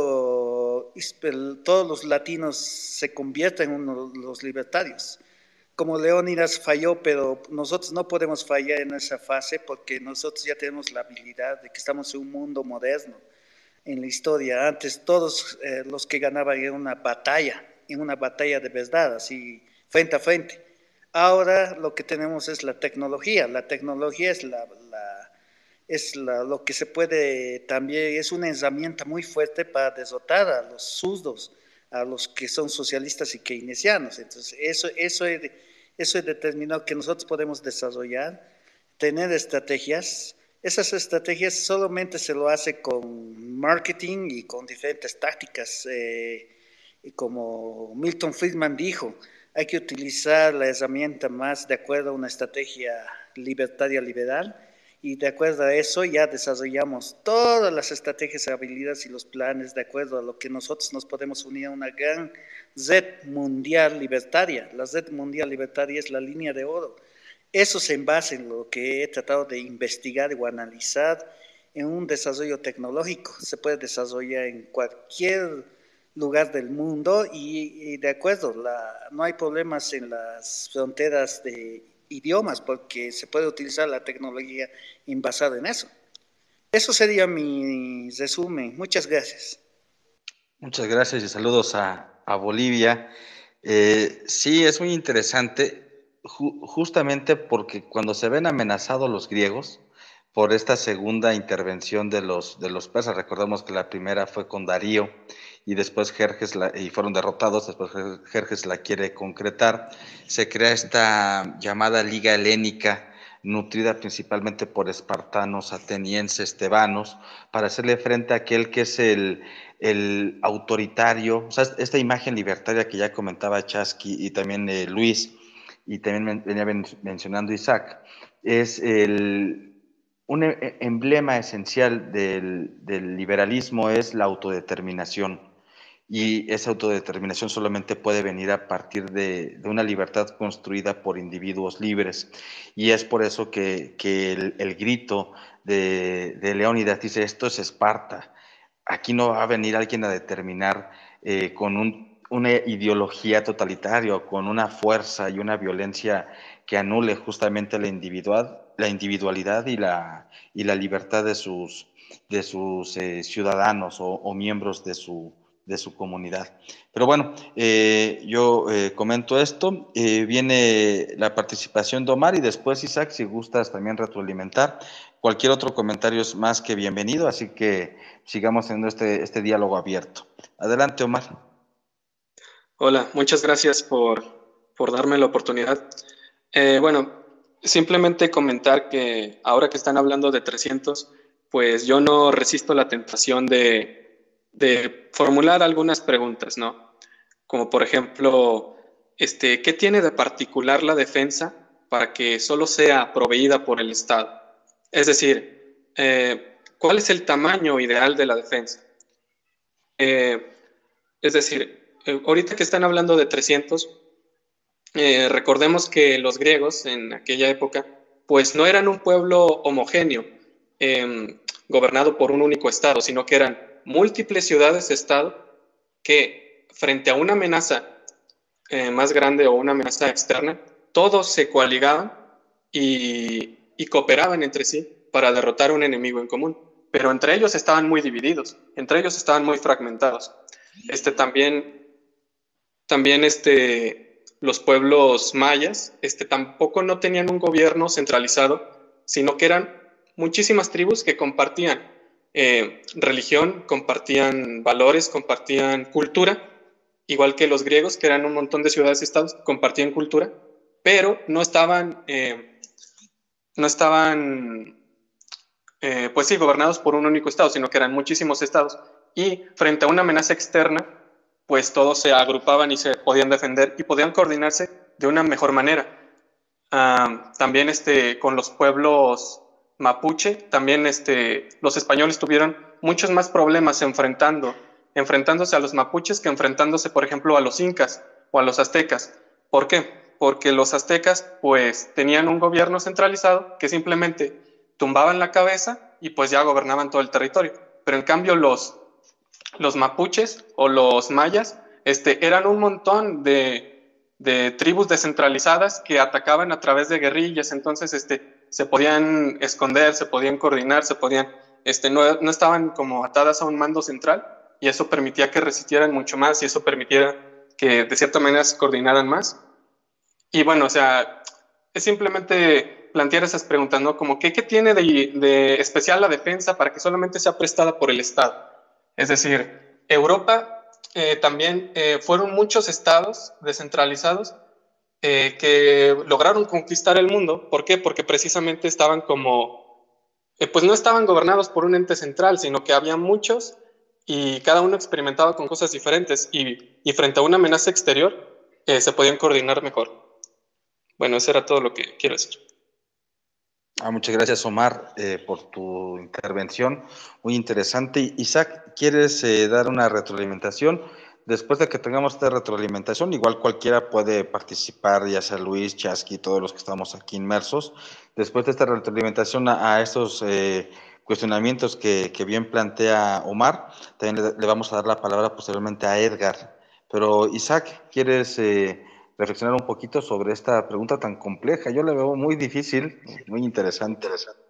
todo, todos los latinos se conviertan en uno de los libertarios. Como Leónidas falló, pero nosotros no podemos fallar en esa fase porque nosotros ya tenemos la habilidad de que estamos en un mundo moderno. En la historia, antes todos eh, los que ganaban en una batalla, en una batalla de verdad, así frente a frente. Ahora lo que tenemos es la tecnología. La tecnología es, la, la, es la, lo que se puede también, es una herramienta muy fuerte para derrotar a los zurdos, a los que son socialistas y keynesianos. Entonces, eso, eso, es, eso es determinado que nosotros podemos desarrollar, tener estrategias. Esas estrategias solamente se lo hace con marketing y con diferentes tácticas. Eh, y como Milton Friedman dijo, hay que utilizar la herramienta más de acuerdo a una estrategia libertaria liberal, y de acuerdo a eso ya desarrollamos todas las estrategias, habilidades y los planes de acuerdo a lo que nosotros nos podemos unir a una gran red mundial libertaria. La red mundial libertaria es la línea de oro. Eso se basa en lo que he tratado de investigar o analizar en un desarrollo tecnológico. Se puede desarrollar en cualquier lugar del mundo y, y de acuerdo, la, no hay problemas en las fronteras de idiomas porque se puede utilizar la tecnología basada en eso. Eso sería mi resumen. Muchas gracias. Muchas gracias y saludos a, a Bolivia. Eh, sí, es muy interesante. Justamente porque cuando se ven amenazados los griegos por esta segunda intervención de los, de los persas, recordemos que la primera fue con Darío y después Jerjes, la, y fueron derrotados, después Jerjes la quiere concretar, se crea esta llamada Liga Helénica, nutrida principalmente por espartanos, atenienses, tebanos, para hacerle frente a aquel que es el, el autoritario, o sea, esta imagen libertaria que ya comentaba Chasqui y también eh, Luis, y también venía mencionando Isaac, es el, un emblema esencial del, del liberalismo es la autodeterminación, y esa autodeterminación solamente puede venir a partir de, de una libertad construida por individuos libres, y es por eso que, que el, el grito de, de Leónidas dice: esto es Esparta, aquí no va a venir alguien a determinar eh, con un una ideología totalitaria, con una fuerza y una violencia que anule justamente la individual, la individualidad y la, y la libertad de sus, de sus eh, ciudadanos o, o miembros de su, de su comunidad. Pero bueno, eh, yo eh, comento esto, eh, viene la participación de Omar y después Isaac, si gustas también retroalimentar. Cualquier otro comentario es más que bienvenido, así que sigamos teniendo este, este diálogo abierto. Adelante, Omar. Hola, muchas gracias por, por darme la oportunidad. Eh, bueno, simplemente comentar que ahora que están hablando de trescientos, pues yo no resisto la tentación de, de formular algunas preguntas, ¿no? Como por ejemplo, este, ¿qué tiene de particular la defensa para que solo sea proveída por el Estado? Es decir, eh, ¿cuál es el tamaño ideal de la defensa? Eh, es decir, ahorita que están hablando de trescientos, eh, recordemos que los griegos en aquella época pues no eran un pueblo homogéneo, eh, gobernado por un único estado, sino que eran múltiples ciudades-estado que frente a una amenaza eh, más grande o una amenaza externa, todos se coaligaban y, y cooperaban entre sí para derrotar a un enemigo en común. Pero entre ellos estaban muy divididos, entre ellos estaban muy fragmentados. Este también... También este, los pueblos mayas este, tampoco no tenían un gobierno centralizado, sino que eran muchísimas tribus que compartían eh, religión, compartían valores, compartían cultura, igual que los griegos, que eran un montón de ciudades-estados, compartían cultura, pero no estaban, eh, no estaban eh, pues sí, gobernados por un único estado, sino que eran muchísimos estados. Y frente a una amenaza externa, pues todos se agrupaban y se podían defender y podían coordinarse de una mejor manera. Uh, también este, con los pueblos mapuche, también este, los españoles tuvieron muchos más problemas enfrentando enfrentándose a los mapuches que enfrentándose, por ejemplo, a los incas o a los aztecas. ¿Por qué? Porque los aztecas pues tenían un gobierno centralizado que simplemente tumbaban la cabeza y pues ya gobernaban todo el territorio. Pero en cambio los, los mapuches o los mayas este, eran un montón de, de tribus descentralizadas que atacaban a través de guerrillas, entonces este, se podían esconder, se podían coordinar, se podían, este, no, no estaban como atadas a un mando central, y eso permitía que resistieran mucho más y eso permitiera que de cierta manera se coordinaran más. Y bueno, o sea, es simplemente plantear esas preguntas, ¿no? Como, ¿qué, qué tiene de, de especial la defensa para que solamente sea prestada por el Estado? Es decir, Europa eh, también eh, fueron muchos estados descentralizados eh, que lograron conquistar el mundo. ¿Por qué? Porque precisamente estaban como, eh, pues no estaban gobernados por un ente central, sino que había muchos y cada uno experimentaba con cosas diferentes y, y frente a una amenaza exterior eh, se podían coordinar mejor. Bueno, eso era todo lo que quiero decir. Ah, muchas gracias, Omar, eh, por tu intervención. Muy interesante. Isaac, ¿quieres eh, dar una retroalimentación? Después de que tengamos esta retroalimentación, igual cualquiera puede participar, ya sea Luis, Chasqui, todos los que estamos aquí inmersos. Después de esta retroalimentación a, a estos eh, cuestionamientos que, que bien plantea Omar, también le, le vamos a dar la palabra posteriormente a Edgar. Pero Isaac, ¿quieres eh, reflexionar un poquito sobre esta pregunta tan compleja? Yo la veo muy difícil, muy interesante.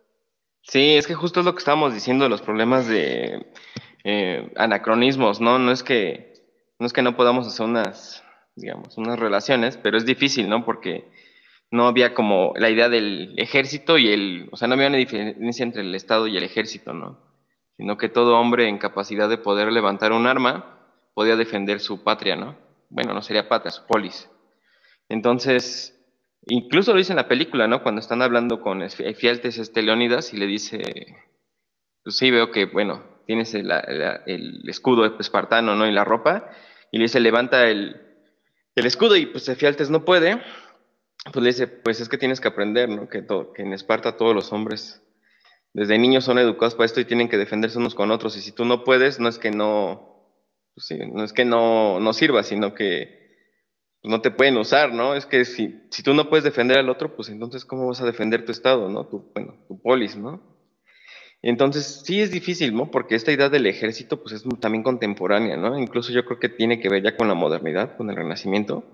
Sí, es que justo es lo que estábamos diciendo, los problemas de eh, anacronismos, ¿no? No es que no es que no podamos hacer unas, digamos, unas relaciones, pero es difícil, ¿no? Porque no había como la idea del ejército y el, o sea, no había una diferencia entre el Estado y el ejército, ¿no? Sino que todo hombre en capacidad de poder levantar un arma podía defender su patria, ¿no? Bueno, no sería patria, su polis. Entonces, incluso lo dice en la película, ¿no? Cuando están hablando con Efialtes, este Leónidas, y le dice, pues sí, veo que, bueno, tienes el, el, el escudo espartano, ¿no? Y la ropa, y le dice, levanta el, el escudo, y pues Efialtes no puede, pues le dice, pues es que tienes que aprender, ¿no? Que, to, que en Esparta todos los hombres, desde niños son educados para esto y tienen que defenderse unos con otros, y si tú no puedes, no es que no, pues sí, no es que no, no sirva, sino que no te pueden usar, ¿no? Es que si, si tú no puedes defender al otro, pues entonces ¿cómo vas a defender tu estado, ¿no? Tu, bueno, tu polis, ¿no? Entonces sí es difícil, ¿no? Porque esta idea del ejército pues es también contemporánea, ¿no? Incluso yo creo que tiene que ver ya con la modernidad, con el Renacimiento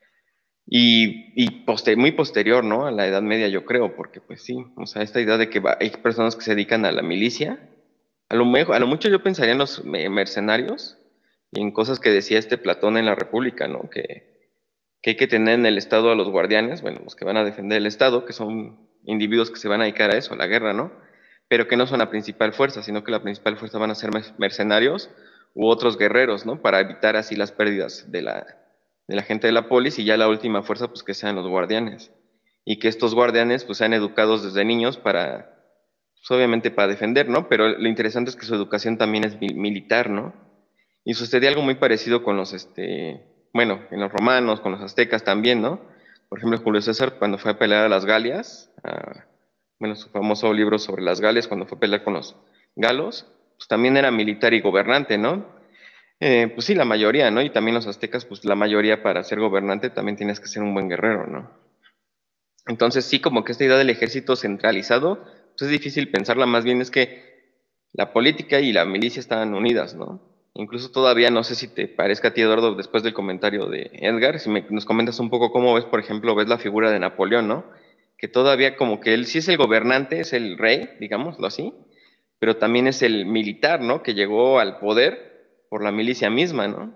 y, y poster, muy posterior, ¿no? A la Edad Media, yo creo, porque pues sí, o sea, esta idea de que va, hay personas que se dedican a la milicia, a lo, mejor, a lo mucho yo pensaría en los mercenarios y en cosas que decía este Platón en la República, ¿no? Que que hay que tener en el Estado a los guardianes, bueno, los que van a defender el Estado, que son individuos que se van a dedicar a eso, a la guerra, ¿no? Pero que no son la principal fuerza, sino que la principal fuerza van a ser mercenarios u otros guerreros, ¿no? Para evitar así las pérdidas de la, de la gente de la polis y ya la última fuerza, pues que sean los guardianes. Y que estos guardianes, pues sean educados desde niños para, pues obviamente para defender, ¿no? Pero lo interesante es que su educación también es militar, ¿no? Y sucedía algo muy parecido con los, este... bueno, en los romanos, con los aztecas también, ¿no? Por ejemplo, Julio César, cuando fue a pelear a las Galias, a, bueno, su famoso libro sobre las Galias, cuando fue a pelear con los galos, pues también era militar y gobernante, ¿no? Eh, pues sí, la mayoría, ¿no? Y también los aztecas, pues la mayoría para ser gobernante también tienes que ser un buen guerrero, ¿no? Entonces sí, como que esta idea del ejército centralizado, pues es difícil pensarla, más bien es que la política y la milicia estaban unidas, ¿no? Incluso todavía, no sé si te parezca a ti, Eduardo, después del comentario de Edgar, si me, nos comentas un poco cómo ves, por ejemplo, ves la figura de Napoleón, ¿no? Que todavía como que él sí es el gobernante, es el rey, digámoslo así, pero también es el militar, ¿no? Que llegó al poder por la milicia misma, ¿no?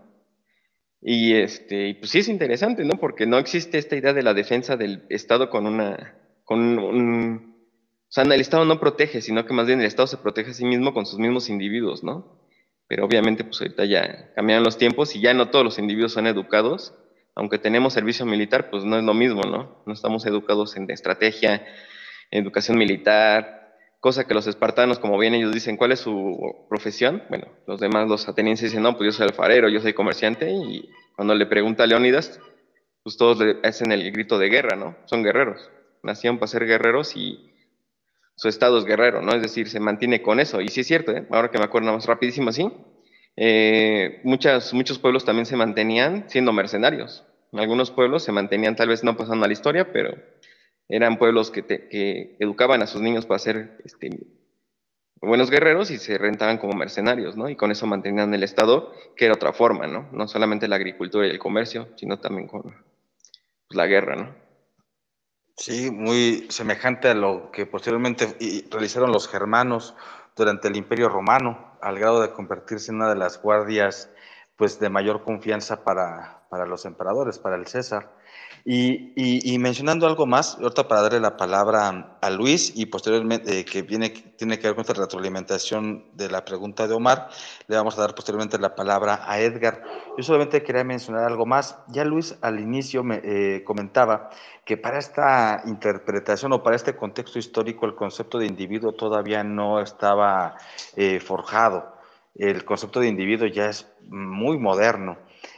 Y este, pues sí es interesante, ¿no? Porque no existe esta idea de la defensa del Estado con una, con un, o sea, el Estado no protege, sino que más bien el Estado se protege a sí mismo con sus mismos individuos, ¿no? Pero obviamente pues ahorita ya cambiaron los tiempos y ya no todos los individuos son educados, aunque tenemos servicio militar, pues no es lo mismo, ¿no? No estamos educados en estrategia, en educación militar, cosa que los espartanos, como bien ellos dicen, ¿cuál es su profesión? Bueno, los demás, los atenienses dicen, no, pues yo soy alfarero, yo soy comerciante, y cuando le pregunta a Leónidas, pues todos le hacen el grito de guerra, ¿no? Son guerreros, nacieron para ser guerreros y su estado es guerrero, ¿no? Es decir, se mantiene con eso. Y sí es cierto, ¿eh? Ahora que me acuerdo nada más rapidísimo así, eh, muchas, muchos pueblos también se mantenían siendo mercenarios. Algunos pueblos se mantenían, tal vez no pasando a la historia, pero eran pueblos que, te- que educaban a sus niños para ser este, buenos guerreros y se rentaban como mercenarios, ¿no? Y con eso mantenían el Estado, que era otra forma, ¿no? No solamente la agricultura y el comercio, sino también con pues, la guerra, ¿no? Sí, muy semejante a lo que posteriormente y- realizaron los germanos durante el Imperio Romano, al grado de convertirse en una de las guardias pues, de mayor confianza para, para los emperadores, para el César. Y, y- y mencionando algo más, ahorita para darle la palabra a Luis y posteriormente, eh, que viene, tiene que ver con esta retroalimentación de la pregunta de Omar, le vamos a dar posteriormente la palabra a Edgar. Yo solamente quería mencionar algo más. Ya Luis al inicio me eh, comentaba que para esta interpretación o para este contexto histórico el concepto de individuo todavía no estaba eh, forjado. El concepto de individuo ya es muy moderno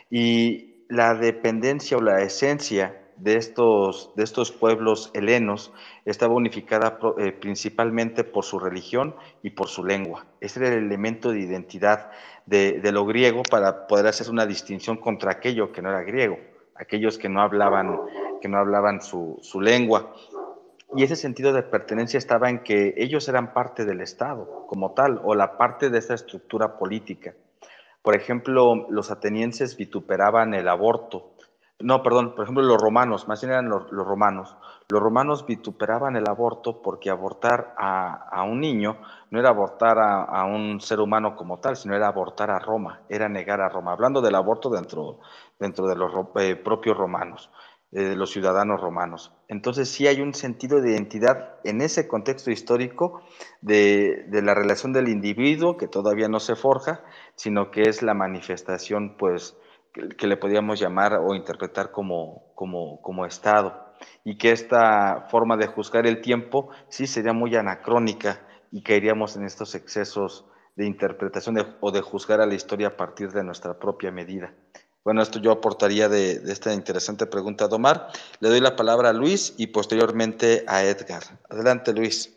y la dependencia o la esencia de estos, de estos pueblos helenos estaba unificada eh, principalmente por su religión y por su lengua. Ese era el elemento de identidad de, de lo griego para poder hacer una distinción contra aquello que no era griego, aquellos que no hablaban, que no hablaban su, su lengua. Y ese sentido de pertenencia estaba en que ellos eran parte del Estado como tal, o la parte de esa estructura política. Por ejemplo, los atenienses vituperaban el aborto. No, perdón, por ejemplo, los romanos, más bien eran los, los romanos. Los romanos vituperaban el aborto porque abortar a, a un niño no era abortar a, a, un ser humano como tal, sino era abortar a Roma, era negar a Roma. Hablando del aborto dentro, dentro de los eh, propios romanos, eh, de los ciudadanos romanos. Entonces sí hay un sentido de identidad en ese contexto histórico de, de la relación del individuo que todavía no se forja, sino que es la manifestación, pues, que, que le podríamos llamar o interpretar como, como, como Estado. Y que esta forma de juzgar el tiempo sí sería muy anacrónica y caeríamos en estos excesos de interpretación de, o de juzgar a la historia a partir de nuestra propia medida. Bueno, esto yo aportaría de, de esta interesante pregunta de Omar. Le doy la palabra a Luis y posteriormente a Edgar. Adelante, Luis.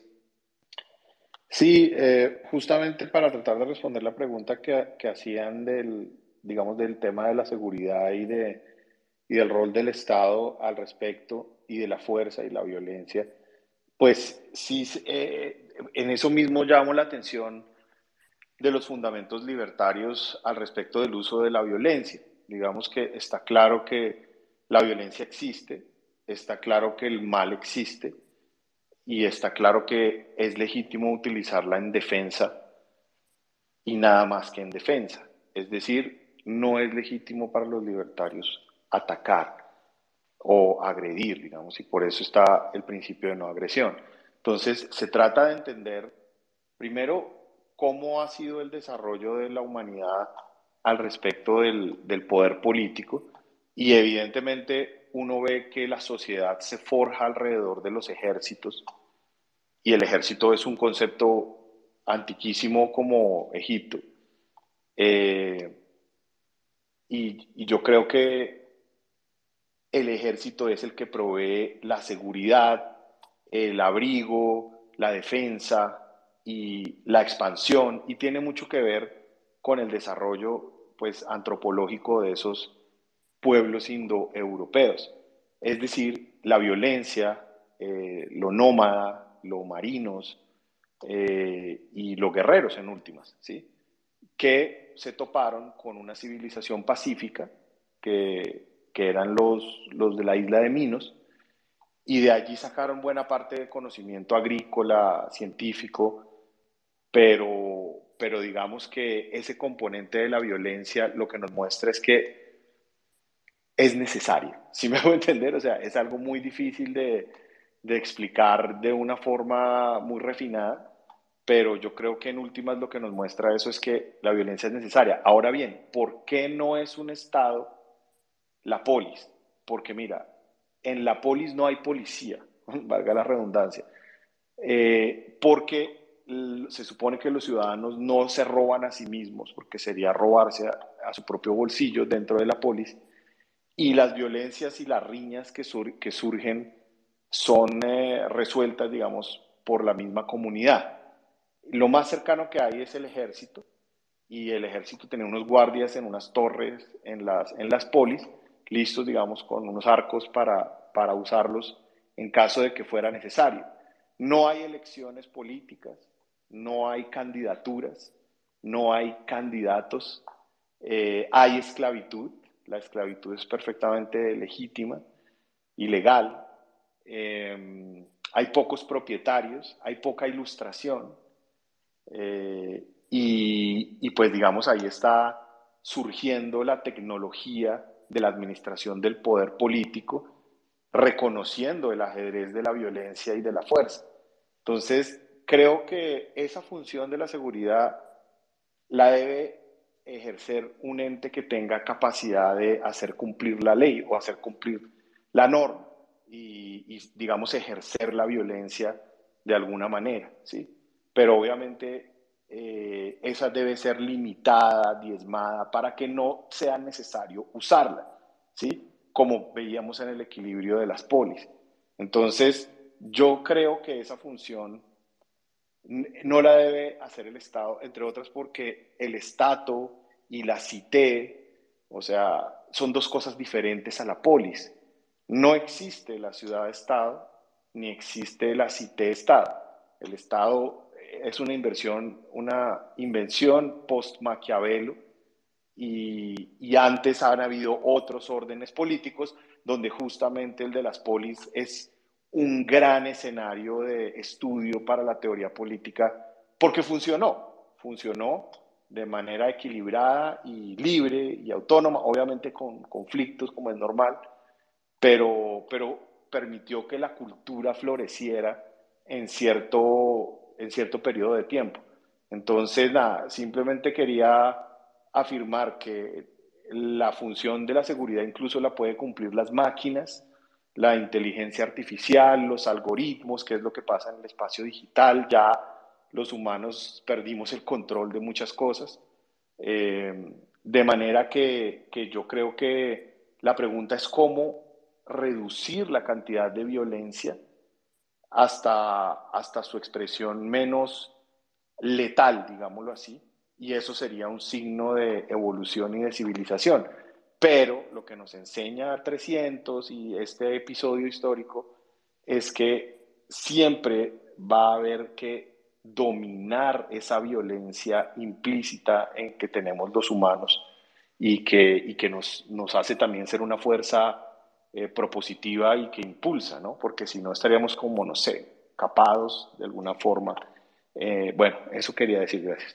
Sí, eh, justamente para tratar de responder la pregunta que, que hacían del, digamos, del tema de la seguridad y, de, y del rol del Estado al respecto y de la fuerza y la violencia, pues sí, eh, en eso mismo llamo la atención de los fundamentos libertarios al respecto del uso de la violencia. Digamos que está claro que la violencia existe, está claro que el mal existe y está claro que es legítimo utilizarla en defensa y nada más que en defensa. Es decir, no es legítimo para los libertarios atacar o agredir, digamos, y por eso está el principio de no agresión. Entonces, se trata de entender, primero, cómo ha sido el desarrollo de la humanidad al respecto del, del poder político, y evidentemente uno ve que la sociedad se forja alrededor de los ejércitos, y el ejército es un concepto antiquísimo como Egipto. Eh, y, y yo creo que el ejército es el que provee la seguridad, el abrigo, la defensa y la expansión, y tiene mucho que ver con el desarrollo, pues, antropológico de esos pueblos indoeuropeos. Es decir, la violencia, eh, lo nómada, lo marinos eh, y los guerreros en últimas, ¿sí? Que se toparon con una civilización pacífica que, que eran los, los de la isla de Minos, y de allí sacaron buena parte de conocimiento agrícola, científico, pero, pero digamos que ese componente de la violencia lo que nos muestra es que es necesario, ¿sí me hago entender? O sea, es algo muy difícil de, de explicar de una forma muy refinada, pero yo creo que en últimas lo que nos muestra eso es que la violencia es necesaria. Ahora bien, ¿por qué no es un Estado la polis? Porque mira, en la polis no hay policía, valga la redundancia, eh, porque se supone que los ciudadanos no se roban a sí mismos, porque sería robarse a, a su propio bolsillo dentro de la polis, y las violencias y las riñas que, sur que surgen son eh, resueltas, digamos, por la misma comunidad. Lo más cercano que hay es el ejército, y el ejército tenía unos guardias en unas torres, en las, en las polis, listos, digamos, con unos arcos para, para usarlos en caso de que fuera necesario. No hay elecciones políticas, no hay candidaturas, no hay candidatos, eh, hay esclavitud, la esclavitud es perfectamente legítima y legal, eh, hay pocos propietarios, hay poca ilustración, eh, y, y pues digamos ahí está surgiendo la tecnología de la administración del poder político, reconociendo el ajedrez de la violencia y de la fuerza. Entonces, creo que esa función de la seguridad la debe ejercer un ente que tenga capacidad de hacer cumplir la ley o hacer cumplir la norma y, y digamos, ejercer la violencia de alguna manera, ¿sí? Pero obviamente eh, esa debe ser limitada, diezmada, para que no sea necesario usarla, ¿sí? Como veíamos en el equilibrio de las polis. Entonces, yo creo que esa función no la debe hacer el Estado, entre otras porque el Estado y la CITE, o sea, son dos cosas diferentes a la polis. No existe la ciudad-estado, ni existe la CITE-estado. El Estado es una inversión, una invención post-Maquiavelo, y, y antes han habido otros órdenes políticos donde justamente el de las polis es un gran escenario de estudio para la teoría política porque funcionó, funcionó de manera equilibrada y libre y autónoma, obviamente con conflictos como es normal, pero, pero permitió que la cultura floreciera en cierto, en cierto periodo de tiempo. Entonces, nada, simplemente quería afirmar que la función de la seguridad incluso la puede cumplir las máquinas, la inteligencia artificial, los algoritmos, que es lo que pasa en el espacio digital. Ya los humanos perdimos el control de muchas cosas, eh, de manera que, que yo creo que la pregunta es cómo reducir la cantidad de violencia hasta, hasta su expresión menos letal, digámoslo así, y eso sería un signo de evolución y de civilización. Pero lo que nos enseña trescientos y este episodio histórico es que siempre va a haber que dominar esa violencia implícita en que tenemos los humanos y que, y que nos, nos hace también ser una fuerza eh, propositiva y que impulsa, ¿no? Porque si no estaríamos como, no sé, capados de alguna forma. Eh, bueno, eso quería decir, gracias.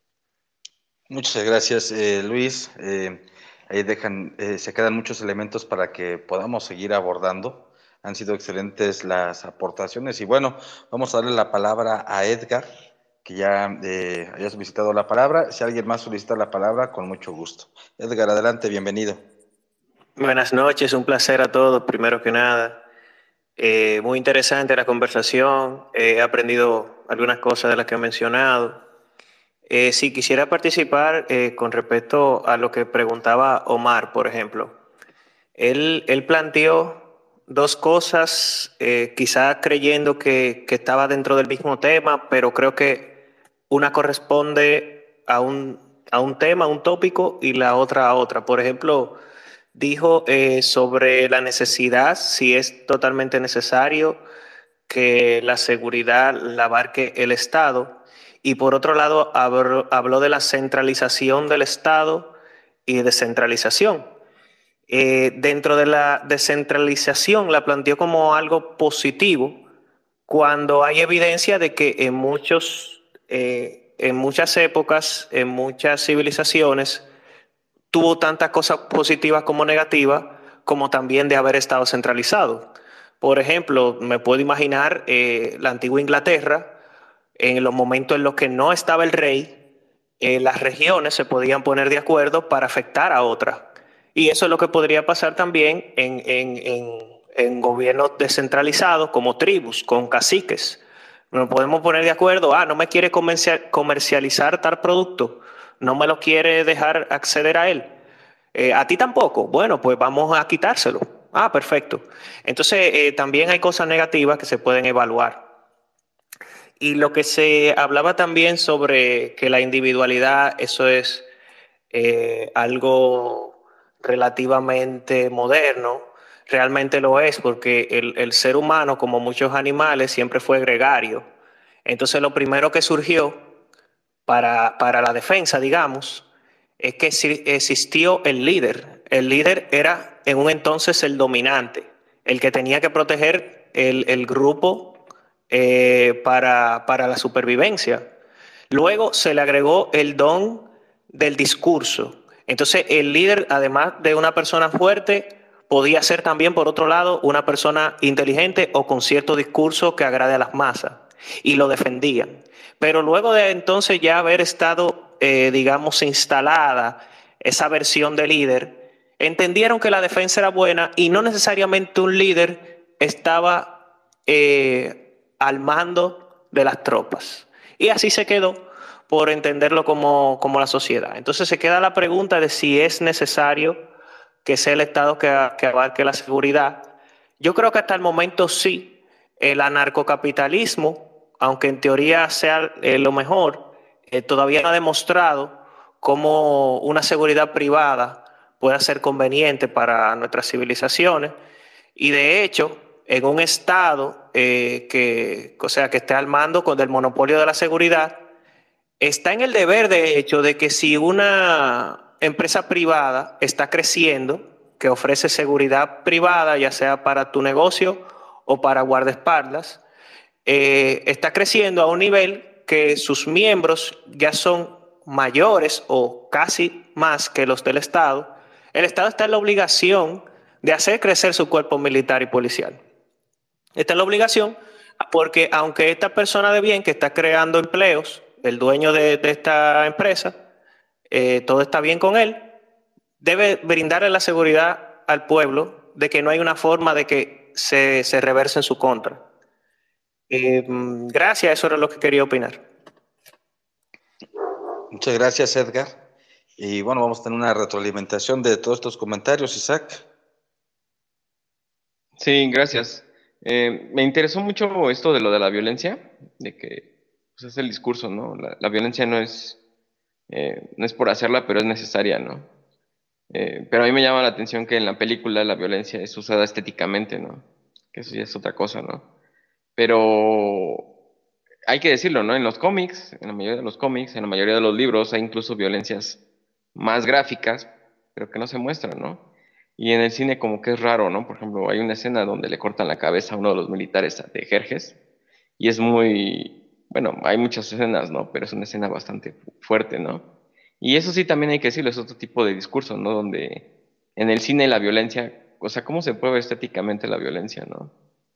Muchas gracias, eh, Luis. Eh, ahí dejan, eh, se quedan muchos elementos para que podamos seguir abordando. Han sido excelentes las aportaciones y bueno, vamos a darle la palabra a Edgar, que ya eh, haya solicitado la palabra. Si alguien más solicita la palabra, con mucho gusto. Edgar, adelante, bienvenido. Buenas noches, un placer a todos, primero que nada. Eh, muy interesante la conversación, eh, he aprendido algunas cosas de las que he mencionado. Eh, si quisiera participar eh, con respecto a lo que preguntaba Omar, por ejemplo. Él, él planteó dos cosas, eh, quizá creyendo que, que estaba dentro del mismo tema, pero creo que una corresponde a un, a un tema, a un tópico, y la otra a otra. Por ejemplo, dijo eh, sobre la necesidad, si es totalmente necesario que la seguridad la abarque el Estado. Y por otro lado, habló, habló de la centralización del Estado y descentralización. Eh, dentro de la descentralización la planteó como algo positivo cuando hay evidencia de que en, muchos, eh, en muchas épocas, en muchas civilizaciones, tuvo tantas cosas positivas como negativas, como también de haber estado centralizado. Por ejemplo, me puedo imaginar eh, la antigua Inglaterra, en los momentos en los que no estaba el rey, eh, las regiones se podían poner de acuerdo para afectar a otras. Y eso es lo que podría pasar también en, en, en, en gobiernos descentralizados como tribus, con caciques. Nos podemos poner de acuerdo, ah, no me quiere comercializar tal producto, no me lo quiere dejar acceder a él. Eh, a ti tampoco, bueno, pues vamos a quitárselo. Ah, perfecto. Entonces, eh, también hay cosas negativas que se pueden evaluar. Y lo que se hablaba también sobre que la individualidad, eso es eh, algo relativamente moderno, realmente lo es porque el, el ser humano, como muchos animales, siempre fue gregario. Entonces lo primero que surgió para, para la defensa, digamos, es que si- existió el líder. El líder era en un entonces el dominante, el que tenía que proteger el, el grupo eh, para, para la supervivencia. Luego se le agregó el don del discurso. Entonces el líder, además de una persona fuerte, podía ser también, por otro lado, una persona inteligente o con cierto discurso que agrade a las masas. Y lo defendían. Pero luego de entonces ya haber estado, eh, digamos, instalada esa versión de líder, entendieron que la defensa era buena y no necesariamente un líder estaba eh, al mando de las tropas. Y así se quedó por entenderlo como, como la sociedad. Entonces se queda la pregunta de si es necesario que sea el Estado que, que abarque la seguridad. Yo creo que hasta el momento sí. El anarcocapitalismo, aunque en teoría sea eh, lo mejor, eh, todavía no ha demostrado cómo una seguridad privada pueda ser conveniente para nuestras civilizaciones. Y de hecho, en un Estado eh, que, o sea, que esté al mando con el monopolio de la seguridad, está en el deber, de hecho, de que si una empresa privada está creciendo, que ofrece seguridad privada, ya sea para tu negocio o para guardaespaldas, eh, está creciendo a un nivel que sus miembros ya son mayores o casi más que los del Estado, el Estado está en la obligación de hacer crecer su cuerpo militar y policial. Esta es la obligación porque aunque esta persona de bien que está creando empleos, el dueño de, de esta empresa, eh, todo está bien con él, debe brindarle la seguridad al pueblo de que no hay una forma de que se, se reverse en su contra. Eh, gracias, eso era lo que quería opinar. Muchas gracias, Edgar. Y bueno, vamos a tener una retroalimentación de todos estos comentarios, Isaac. Sí, gracias. Eh, me interesó mucho esto de lo de la violencia, de que pues, es el discurso, ¿no? La, la violencia no es, eh, no es por hacerla, pero es necesaria, ¿no? Eh, pero a mí me llama la atención que en la película la violencia es usada estéticamente, ¿no? Que eso ya es otra cosa, ¿no? Pero hay que decirlo, ¿no? En los cómics, en la mayoría de los cómics, en la mayoría de los libros, hay incluso violencias más gráficas, pero que no se muestran, ¿no? Y en el cine como que es raro, ¿no? Por ejemplo, hay una escena donde le cortan la cabeza a uno de los militares de Jerjes, y es muy, bueno, hay muchas escenas, ¿no? Pero es una escena bastante fuerte, ¿no? Y eso sí también hay que decirlo, es otro tipo de discurso, ¿no? Donde en el cine la violencia, o sea, ¿cómo se puede ver estéticamente la violencia, ¿no?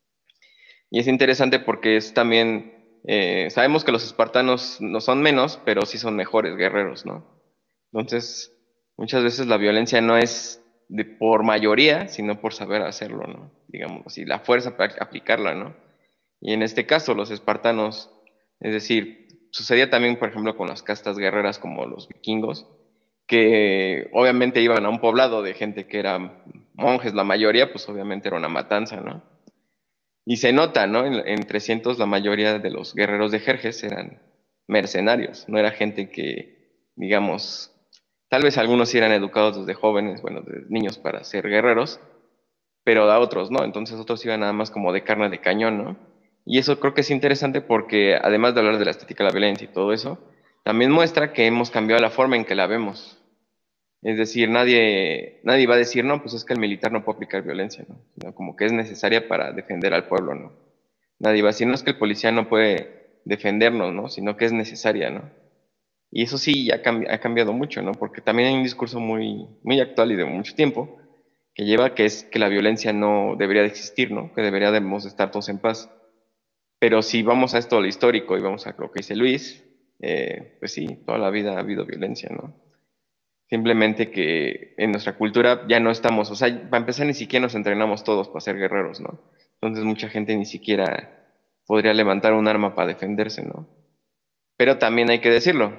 Y es interesante porque es también, eh, sabemos que los espartanos no son menos, pero sí son mejores guerreros, ¿no? Entonces, muchas veces la violencia no es de por mayoría, sino por saber hacerlo, ¿no? Digamos así, la fuerza para aplicarla, ¿no? Y en este caso, los espartanos, es decir, sucedía también, por ejemplo, con las castas guerreras como los vikingos, que obviamente iban a un poblado de gente que era monjes, la mayoría, pues obviamente era una matanza, ¿no? Y se nota, ¿no? En, en trescientos la mayoría de los guerreros de Jerjes eran mercenarios, no era gente que, digamos, tal vez algunos sí eran educados desde jóvenes, bueno, desde niños para ser guerreros, pero a otros no, entonces otros iban nada más como de carne de cañón, ¿no? Y eso creo que es interesante porque además de hablar de la estética de la violencia y todo eso, también muestra que hemos cambiado la forma en que la vemos. Es decir, nadie, nadie va a decir, no, pues es que el militar no puede aplicar violencia, ¿no? Sino como que es necesaria para defender al pueblo, ¿no? Nadie va a decir, no es que el policía no puede defendernos, ¿no? Sino que es necesaria, ¿no? Y eso sí ha, cambi ha cambiado mucho, ¿no? Porque también hay un discurso muy, muy actual y de mucho tiempo que lleva que es que la violencia no debería de existir, ¿no? Que deberíamos estar todos en paz. Pero si vamos a esto, lo histórico, y vamos a lo que dice Luis, eh, pues sí, toda la vida ha habido violencia, ¿no? Simplemente que en nuestra cultura ya no estamos, o sea, para empezar ni siquiera nos entrenamos todos para ser guerreros, ¿no? Entonces mucha gente ni siquiera podría levantar un arma para defenderse, ¿no? Pero también hay que decirlo,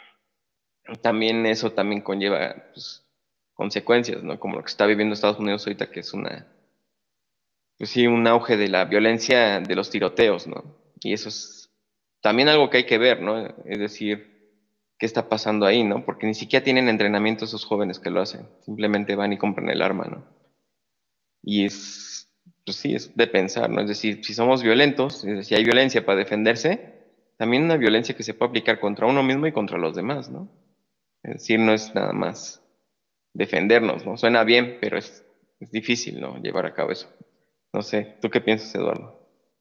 también eso también conlleva pues, consecuencias, ¿no? Como lo que está viviendo Estados Unidos ahorita, que es una, pues sí, un auge de la violencia de los tiroteos, ¿no? Y eso es también algo que hay que ver, ¿no? Es decir, ¿qué está pasando ahí, no? Porque ni siquiera tienen entrenamiento esos jóvenes que lo hacen. Simplemente van y compran el arma, ¿no? Y es, pues sí, es de pensar, ¿no? Es decir, si somos violentos, es decir, si hay violencia para defenderse, también una violencia que se puede aplicar contra uno mismo y contra los demás, ¿no? Es decir, no es nada más defendernos, ¿no? Suena bien, pero es, es difícil, ¿no? Llevar a cabo eso. No sé, ¿tú qué piensas, Eduardo?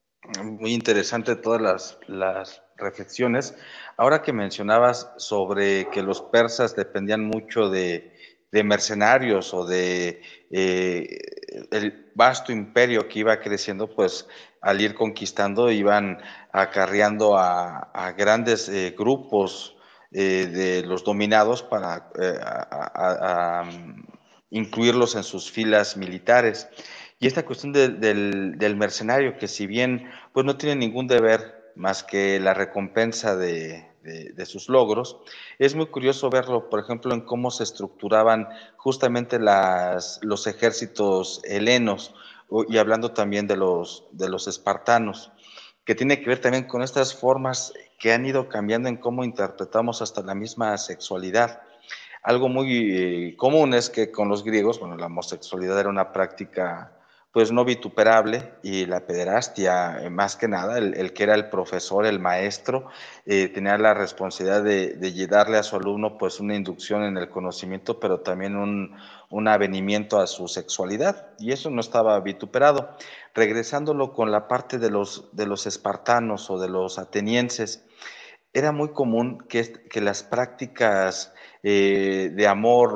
Muy interesante todas las, las reflexiones. Ahora que mencionabas sobre que los persas dependían mucho de, de mercenarios o de eh, el vasto imperio que iba creciendo, pues al ir conquistando iban acarreando a, a grandes eh, grupos eh, de los dominados para eh, a, a, a, incluirlos en sus filas militares. Y esta cuestión de, del, del mercenario, que si bien pues no tiene ningún deber más que la recompensa de, de, de, sus logros, es muy curioso verlo, por ejemplo, en cómo se estructuraban justamente las, los ejércitos helenos, y hablando también de los, de los espartanos, que tiene que ver también con estas formas que han ido cambiando en cómo interpretamos hasta la misma sexualidad. Algo muy eh, común es que con los griegos, bueno, la homosexualidad era una práctica pues no vituperable, y la pederastia, eh, más que nada, el, el que era el profesor, el maestro, eh, tenía la responsabilidad de, de darle a su alumno pues una inducción en el conocimiento, pero también un, un avenimiento a su sexualidad, y eso no estaba vituperado. Regresándolo con la parte de los, de los espartanos o de los atenienses, era muy común que, que las prácticas eh, de amor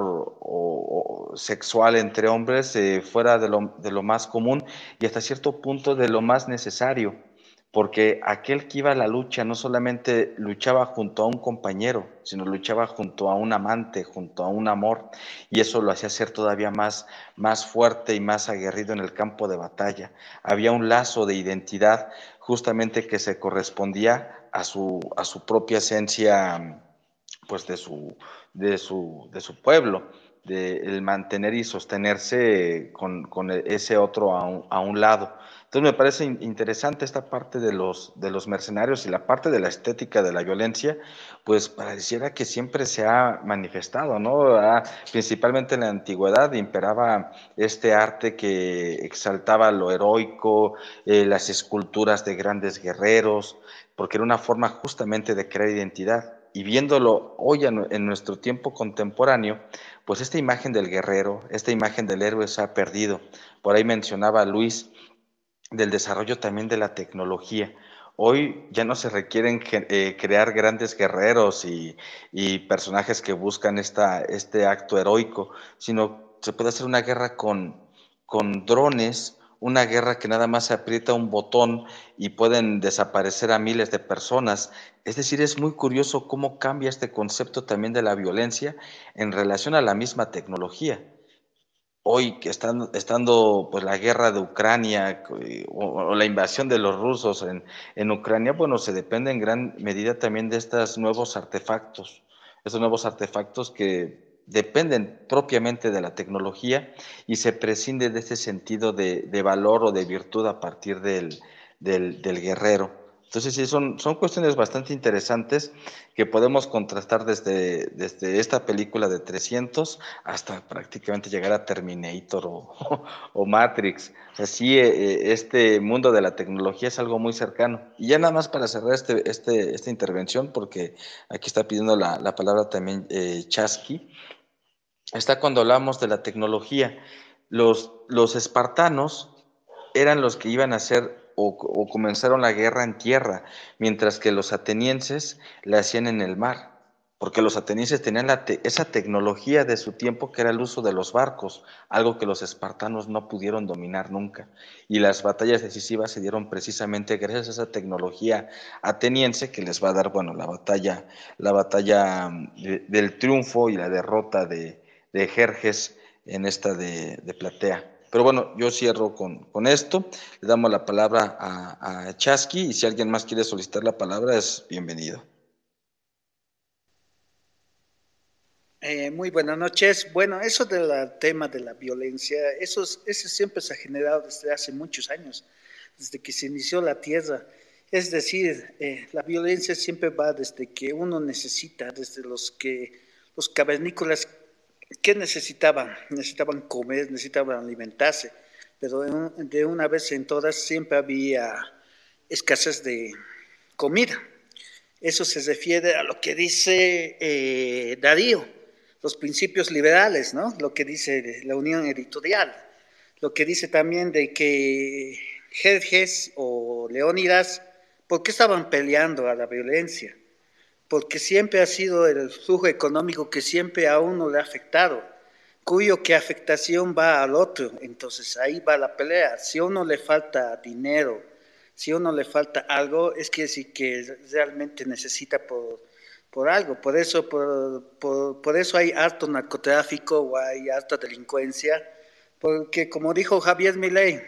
o, o sexual entre hombres eh, fuera de lo, de lo más común, y hasta cierto punto de lo más necesario, porque aquel que iba a la lucha no solamente luchaba junto a un compañero, sino luchaba junto a un amante, junto a un amor, y eso lo hacía ser todavía más, más fuerte y más aguerrido en el campo de batalla. Había un lazo de identidad justamente que se correspondía a su, a su propia esencia, pues de su, de su, de su pueblo, de el mantener y sostenerse con, con ese otro a un, a un lado. Entonces me parece interesante esta parte de los, de los mercenarios, y la parte de la estética de la violencia, pues pareciera que siempre se ha manifestado, ¿no? Ah, principalmente en la antigüedad imperaba este arte que exaltaba lo heroico, eh, las esculturas de grandes guerreros, porque era una forma justamente de crear identidad. Y viéndolo hoy en nuestro tiempo contemporáneo, pues esta imagen del guerrero, esta imagen del héroe se ha perdido. Por ahí mencionaba Luis del desarrollo también de la tecnología. Hoy ya no se requieren eh, crear grandes guerreros y, y personajes que buscan esta, este acto heroico, sino se puede hacer una guerra con, con drones, una guerra que nada más se aprieta un botón y pueden desaparecer a miles de personas. Es decir, es muy curioso cómo cambia este concepto también de la violencia en relación a la misma tecnología. Hoy que estando, estando pues la guerra de Ucrania o, o la invasión de los rusos en, en Ucrania, bueno, se depende en gran medida también de estos nuevos artefactos, estos nuevos artefactos que dependen propiamente de la tecnología, y se prescinde de ese sentido de, de valor o de virtud a partir del, del, del guerrero. Entonces sí, son, son cuestiones bastante interesantes que podemos contrastar desde, desde esta película de trescientos hasta prácticamente llegar a Terminator o, o Matrix. O sea, sí, eh, este mundo de la tecnología es algo muy cercano. Y ya nada más para cerrar este, este, esta intervención, porque aquí está pidiendo la, la palabra también eh, Chasky, está cuando hablamos de la tecnología. Los, los espartanos eran los que iban a hacer o, o comenzaron la guerra en tierra, mientras que los atenienses la hacían en el mar, porque los atenienses tenían la te esa tecnología de su tiempo, que era el uso de los barcos, algo que los espartanos no pudieron dominar nunca, y las batallas decisivas se dieron precisamente gracias a esa tecnología ateniense, que les va a dar, bueno, la batalla, la batalla de, del triunfo y la derrota de, de Jerjes en esta de, de Platea. Pero bueno, yo cierro con, con esto. Le damos la palabra a, a Chasky, y si alguien más quiere solicitar la palabra, es bienvenido. Eh, muy buenas noches. Bueno, eso del tema de la violencia, eso, eso siempre se ha generado desde hace muchos años, desde que se inició la Tierra. Es decir, eh, la violencia siempre va desde que uno necesita, desde los que los cavernícolas, ¿qué necesitaban? Necesitaban comer, necesitaban alimentarse, pero de una vez en todas siempre había escasez de comida. Eso se refiere a lo que dice eh, Darío, los principios liberales, ¿no? Lo que dice la Unión Editorial, lo que dice también de que Jerjes o Leónidas, ¿por qué estaban peleando a la violencia? Porque siempre ha sido el flujo económico que siempre a uno le ha afectado, cuyo que afectación va al otro, entonces ahí va la pelea. Si a uno le falta dinero, si a uno le falta algo, es que sí que realmente necesita por, por algo, por eso, por, por, por eso hay harto narcotráfico o hay harta delincuencia, porque como dijo Javier Milei,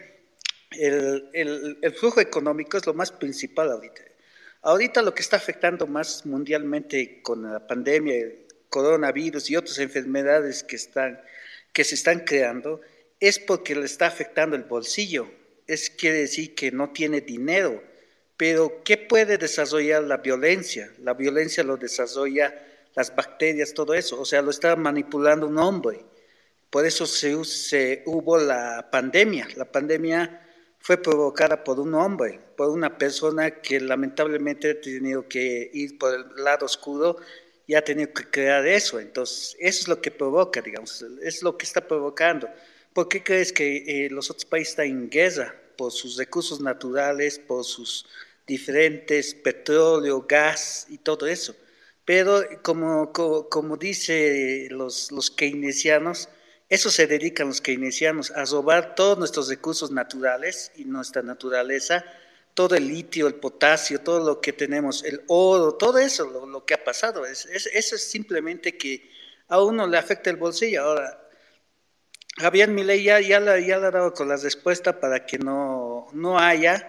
el, el, el flujo económico es lo más principal ahorita. Ahorita lo que está afectando más mundialmente con la pandemia, el coronavirus y otras enfermedades que, están, que se están creando, es porque le está afectando el bolsillo. Es quiere decir que no tiene dinero. Pero ¿qué puede desarrollar la violencia? La violencia lo desarrolla las bacterias, todo eso. O sea, lo está manipulando un hombre. Por eso se, se hubo la pandemia. La pandemia fue provocada por un hombre, por una persona que lamentablemente ha tenido que ir por el lado oscuro y ha tenido que crear eso. Entonces, eso es lo que provoca, digamos, es lo que está provocando. ¿Por qué crees que eh, los otros países están en guerra? Por sus recursos naturales, por sus diferentes petróleo, gas y todo eso. Pero como, como, como dice los, los keynesianos, eso se dedican los keynesianos, a robar todos nuestros recursos naturales y nuestra naturaleza, todo el litio, el potasio, todo lo que tenemos, el oro, todo eso, lo, lo que ha pasado. Es, es, eso es simplemente que a uno le afecta el bolsillo. Ahora, Javier Milei ya, ya, la, ya le ha dado con la respuesta para que no, no haya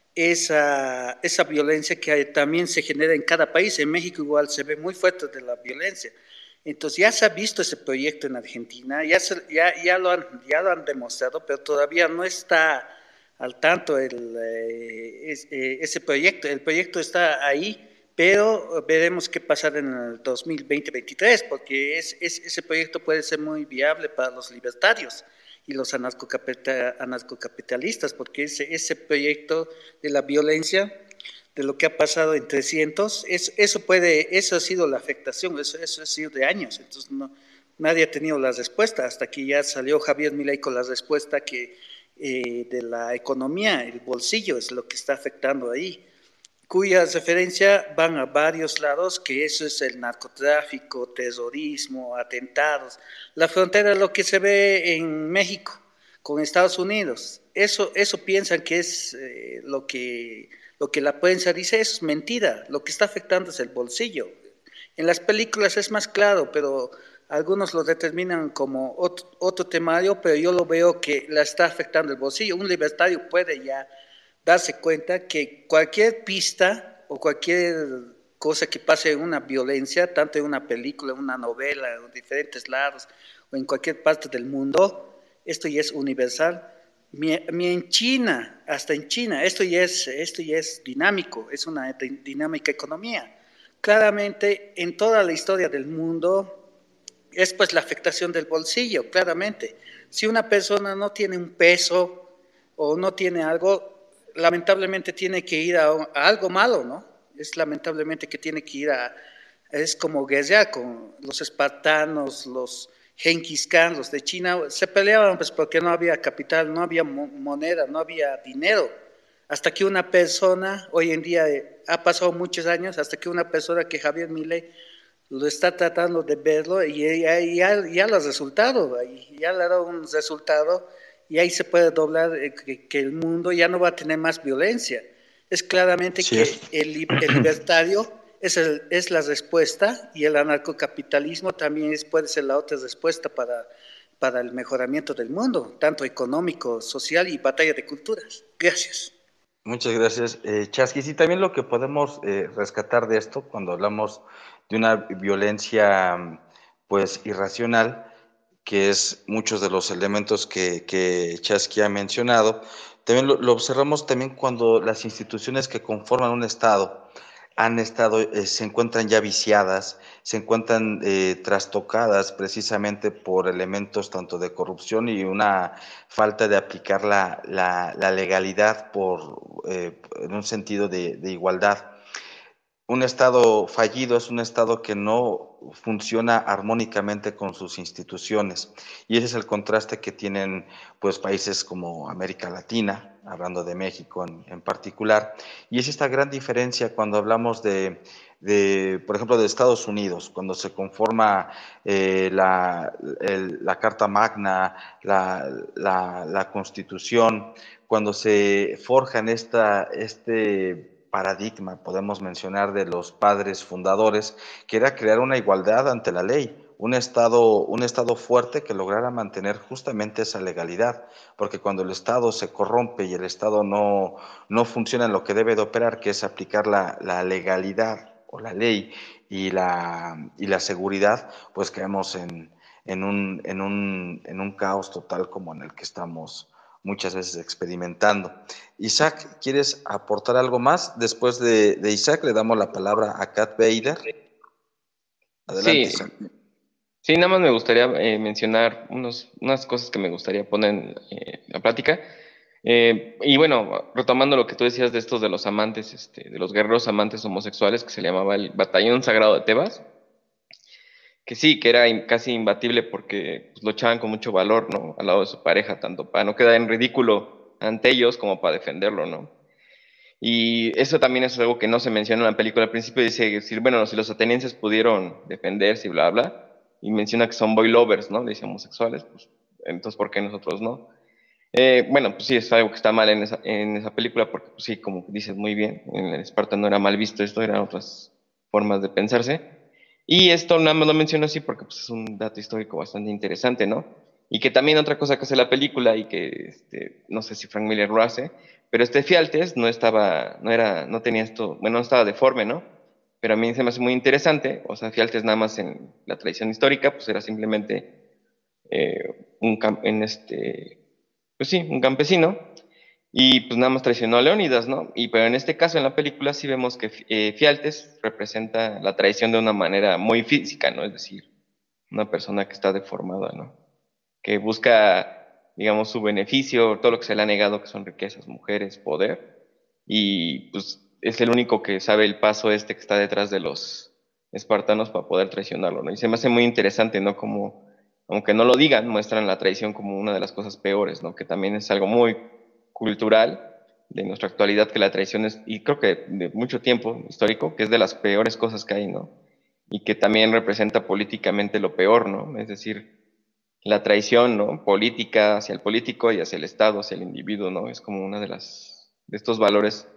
esa, esa violencia que hay, también se genera en cada país. En México igual se ve muy fuerte de la violencia. Entonces ya se ha visto ese proyecto en Argentina, ya, se, ya, ya, lo, han, ya lo han demostrado, pero todavía no está al tanto el, eh, es, eh, ese proyecto. El proyecto está ahí, pero veremos qué pasará en el dos mil veinte veintitrés, porque es, es, ese proyecto puede ser muy viable para los libertarios y los anarcocapitalistas, porque ese, ese proyecto de la violencia, de lo que ha pasado en trescientos, es, eso puede, eso ha sido la afectación, eso, eso ha sido de años, entonces no, nadie ha tenido la respuesta, hasta que ya salió Javier Milei con la respuesta que eh, de la economía, el bolsillo es lo que está afectando ahí, cuya referencia van a varios lados, que eso es el narcotráfico, terrorismo, atentados, la frontera es lo que se ve en México con Estados Unidos, eso, eso piensan que es eh, lo que... Lo que la prensa dice es mentira, lo que está afectando es el bolsillo. En las películas es más claro, pero algunos lo determinan como otro, otro temario, pero yo lo veo que la está afectando el bolsillo. Un libertario puede ya darse cuenta que cualquier pista o cualquier cosa que pase en una violencia, tanto en una película, en una novela, en diferentes lados o en cualquier parte del mundo, esto ya es universal. Ni en China, hasta en China, esto ya es, esto ya es dinámico, es una dinámica economía. Claramente, en toda la historia del mundo, es pues la afectación del bolsillo, claramente. Si una persona no tiene un peso o no tiene algo, lamentablemente tiene que ir a, a algo malo, ¿no? Es lamentablemente que tiene que ir a, es como guerrear con los espartanos, los Genghis Khan, los de China, se peleaban pues porque no había capital, no había moneda, no había dinero, hasta que una persona, hoy en día eh, ha pasado muchos años, hasta que una persona que Javier Milei lo está tratando de verlo y ya, ya, ya lo ha resultado, ya le ha dado un resultado y ahí se puede doblar eh, que, que el mundo ya no va a tener más violencia. Es claramente sí, que es. El, el libertario Es, el, es la respuesta y el anarcocapitalismo también es, puede ser la otra respuesta para, para el mejoramiento del mundo, tanto económico, social y batalla de culturas. Gracias. Muchas gracias, eh, Chasquis. Y también lo que podemos eh, rescatar de esto cuando hablamos de una violencia pues irracional, que es muchos de los elementos que, que Chasqui ha mencionado. También lo, lo observamos también cuando las instituciones que conforman un Estado han estado, eh, se encuentran ya viciadas, se encuentran eh, trastocadas precisamente por elementos tanto de corrupción y una falta de aplicar la, la, la legalidad por, eh, en un sentido de, de igualdad. Un Estado fallido es un Estado que no funciona armónicamente con sus instituciones, y ese es el contraste que tienen pues países como América Latina, hablando de México en, en particular, y es esta gran diferencia cuando hablamos de, de por ejemplo, de Estados Unidos, cuando se conforma eh, la, el, la Carta Magna, la, la, la Constitución, cuando se forja en esta, este paradigma, podemos mencionar, de los padres fundadores, que era crear una igualdad ante la ley, un Estado, un Estado fuerte que lograra mantener justamente esa legalidad, porque cuando el Estado se corrompe y el Estado no, no funciona en lo que debe de operar, que es aplicar la, la legalidad o la ley y la, y la seguridad, pues caemos en, en, un, en, un, en un caos total como en el que estamos muchas veces experimentando. Isaac, ¿quieres aportar algo más? Después de, de Isaac le damos la palabra a Kat Bader. Adelante, sí, Isaac. Sí, nada más me gustaría eh, mencionar unos, unas cosas que me gustaría poner en eh, la plática. Eh, y bueno, retomando lo que tú decías de estos de los amantes, este, de los guerreros amantes homosexuales, que se le llamaba el Batallón Sagrado de Tebas, que sí, que era in- casi imbatible porque pues, lo echaban con mucho valor, ¿no? Al lado de su pareja, tanto para no quedar en ridículo ante ellos como para defenderlo, ¿no? Y eso también es algo que no se menciona en la película al principio. Dice, decir, bueno, si los atenienses pudieron defenderse y bla, bla, y menciona que son boy lovers, ¿no? Le dice homosexuales, pues entonces, ¿por qué nosotros no? Eh, bueno, pues sí, es algo que está mal en esa, en esa película, porque pues, sí, como dices muy bien, en Esparta no era mal visto esto, eran otras formas de pensarse. Y esto nada más lo menciono así porque pues, es un dato histórico bastante interesante, ¿no? Y que también otra cosa que hace la película y que este, no sé si Frank Miller lo hace, pero este Fialtes no estaba, no era, no tenía esto, bueno, no estaba deforme, ¿no? Pero a mí se me hace muy interesante, o sea, Fialtes nada más en la tradición histórica, pues era simplemente eh, un, en este, pues sí, un campesino, y pues nada más traicionó a Leónidas, ¿no? Y pero en este caso, en la película, sí vemos que eh, Fialtes representa la traición de una manera muy física, ¿no? Es decir, una persona que está deformada, ¿no? Que busca, digamos, su beneficio, todo lo que se le ha negado, que son riquezas, mujeres, poder, y pues es el único que sabe el paso este que está detrás de los espartanos para poder traicionarlo, ¿no? Y se me hace muy interesante, ¿no? Como, aunque no lo digan, muestran la traición como una de las cosas peores, ¿no? Que también es algo muy cultural de nuestra actualidad, que la traición es, y creo que de mucho tiempo histórico, que es de las peores cosas que hay, ¿no? Y que también representa políticamente lo peor, ¿no? Es decir, la traición, ¿no? Política hacia el político y hacia el Estado, hacia el individuo, ¿no? Es como una de las, de estos valores,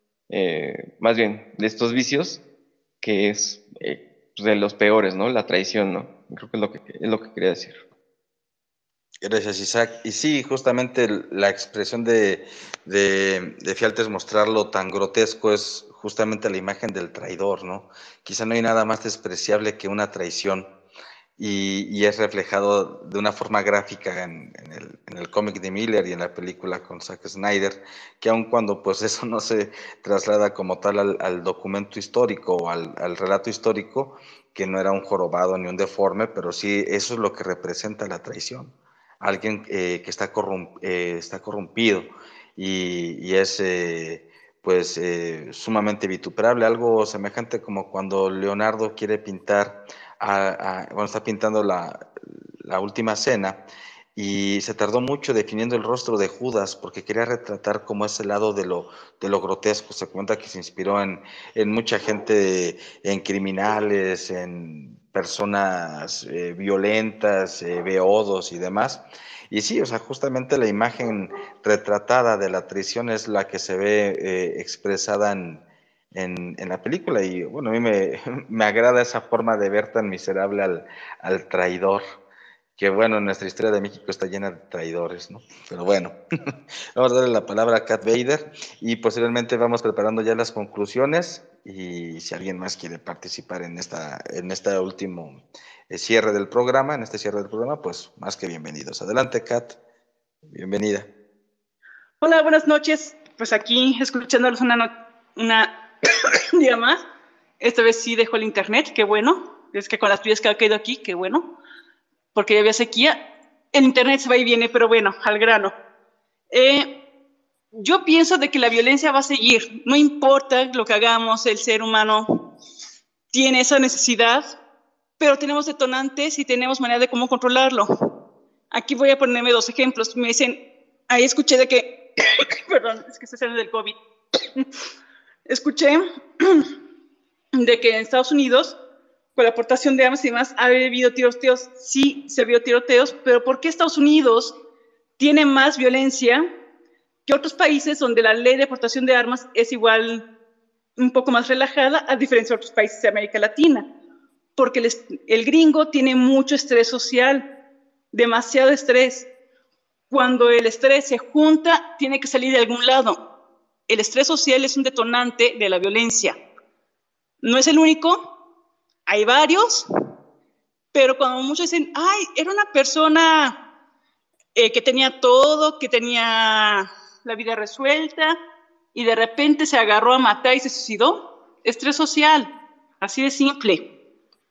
eh, más bien, de estos vicios, que es eh, pues, de los peores, ¿no? La traición, ¿no? Creo que es lo que, es lo que quería decir. Gracias, Isaac. Y sí, justamente la expresión de, de, de Fialtes, mostrarlo tan grotesco, es justamente la imagen del traidor, ¿no? Quizá no hay nada más despreciable que una traición, y, y es reflejado de una forma gráfica en, en el, en el cómic de Miller y en la película con Zack Snyder, que aun cuando pues eso no se traslada como tal al, al documento histórico o al, al relato histórico, que no era un jorobado ni un deforme, pero sí eso es lo que representa la traición. Alguien eh, que está, corromp, eh, está corrompido y, y es eh, pues eh, sumamente vituperable, algo semejante como cuando Leonardo quiere pintar, a, a, bueno, está pintando la, la última cena, y se tardó mucho definiendo el rostro de Judas porque quería retratar como ese lado de lo, de lo grotesco. Se cuenta que se inspiró en, en mucha gente, en criminales, en personas eh, violentas, eh, beodos y demás. Y sí, o sea, justamente la imagen retratada de la traición es la que se ve eh, expresada en, en, en, la película. Y bueno, a mí me, me agrada esa forma de ver tan miserable al, al traidor. que bueno, nuestra historia de México está llena de traidores, ¿no? Pero bueno, vamos a darle la palabra a Kat Bader y posiblemente vamos preparando ya las conclusiones y si alguien más quiere participar en esta, en este último eh, cierre del programa, en este cierre del programa, pues más que bienvenidos. Adelante, Kat, bienvenida. Hola, buenas noches. Pues aquí escuchándolos una, no una día más. Esta vez sí dejó el internet, qué bueno. Es que con las lluvias que ha caído aquí, qué bueno. Porque ya había sequía, el internet se va y viene, pero bueno, al grano. Eh, yo pienso de que la violencia va a seguir, no importa lo que hagamos, el ser humano tiene esa necesidad, pero tenemos detonantes y tenemos manera de cómo controlarlo. Aquí voy a ponerme dos ejemplos. Me dicen, ahí escuché de que, perdón, es que estoy saliendo del COVID, escuché de que en Estados Unidos, con la aportación de armas y demás, ha habido tiroteos. Sí, se vio tiroteos, pero ¿por qué Estados Unidos tiene más violencia que otros países donde la ley de aportación de armas es igual, un poco más relajada, a diferencia de otros países de América Latina? Porque el, el gringo tiene mucho estrés social, demasiado estrés. Cuando el estrés se junta, tiene que salir de algún lado. El estrés social es un detonante de la violencia. No es el único, hay varios, pero cuando muchos dicen, ay, era una persona eh, que tenía todo, que tenía la vida resuelta, y de repente se agarró a matar y se suicidó, estrés social, así de simple.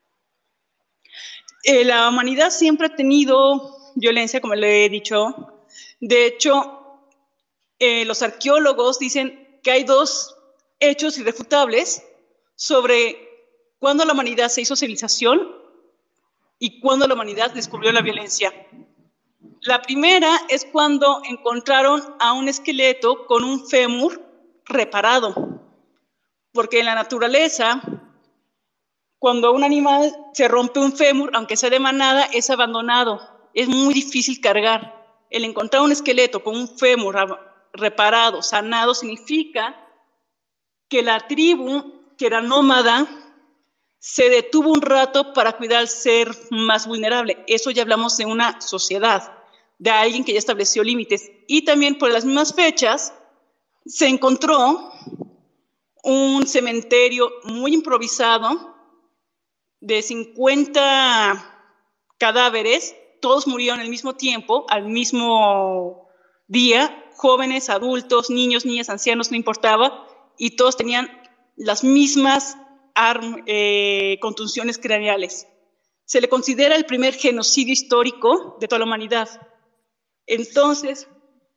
Eh, la humanidad siempre ha tenido violencia, como le he dicho. De hecho, eh, los arqueólogos dicen que hay dos hechos irrefutables sobre cuándo la humanidad se hizo civilización y cuándo la humanidad descubrió la violencia. La primera es cuando encontraron a un esqueleto con un fémur reparado, porque en la naturaleza, cuando un animal se rompe un fémur, aunque sea de manada, es abandonado, es muy difícil cargar. El encontrar un esqueleto con un fémur reparado, sanado, significa que la tribu, que era nómada, se detuvo un rato para cuidar al ser más vulnerable. Eso ya hablamos de una sociedad, de alguien que ya estableció límites. Y también por las mismas fechas se encontró un cementerio muy improvisado de cincuenta cadáveres, todos murieron al mismo tiempo, al mismo día, jóvenes, adultos, niños, niñas, ancianos, no importaba, y todos tenían las mismas Arm, eh, contusiones craneales. Se le considera el primer genocidio histórico de toda la humanidad. Entonces,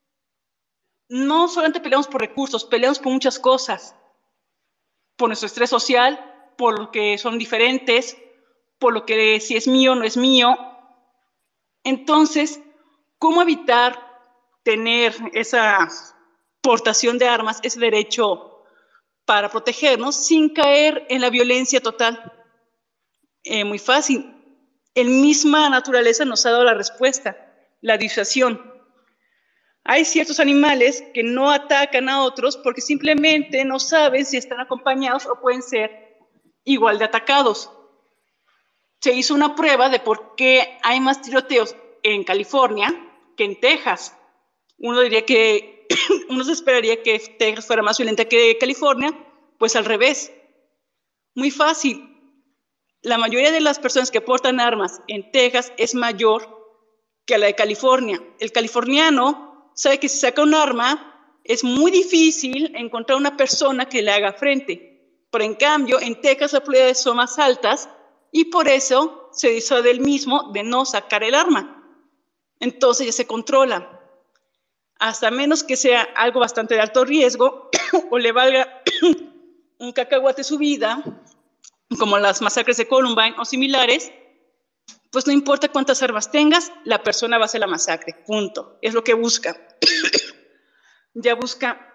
no solamente peleamos por recursos, peleamos por muchas cosas. Por nuestro estrés social, por lo que son diferentes, por lo que si es mío, no es mío. Entonces, ¿cómo evitar tener esa portación de armas, ese derecho para protegernos sin caer en la violencia total? Eh, muy fácil. La misma naturaleza nos ha dado la respuesta, la disuasión. Hay ciertos animales que no atacan a otros porque simplemente no saben si están acompañados o pueden ser igual de atacados. Se hizo una prueba de por qué hay más tiroteos en California que en Texas. Uno diría que uno se esperaría que Texas fuera más violenta que California, pues al revés. Muy fácil. La mayoría de las personas que portan armas en Texas es mayor que la de California. El californiano sabe que si saca un arma es muy difícil encontrar una persona que le haga frente. Pero en cambio, en Texas las probabilidades son más altas y por eso se disuade el mismo de no sacar el arma. Entonces ya se controla. Hasta menos que sea algo bastante de alto riesgo o le valga un cacahuate su vida, como las masacres de Columbine o similares, pues no importa cuántas armas tengas, la persona va a hacer la masacre, punto. Es lo que busca. Ya busca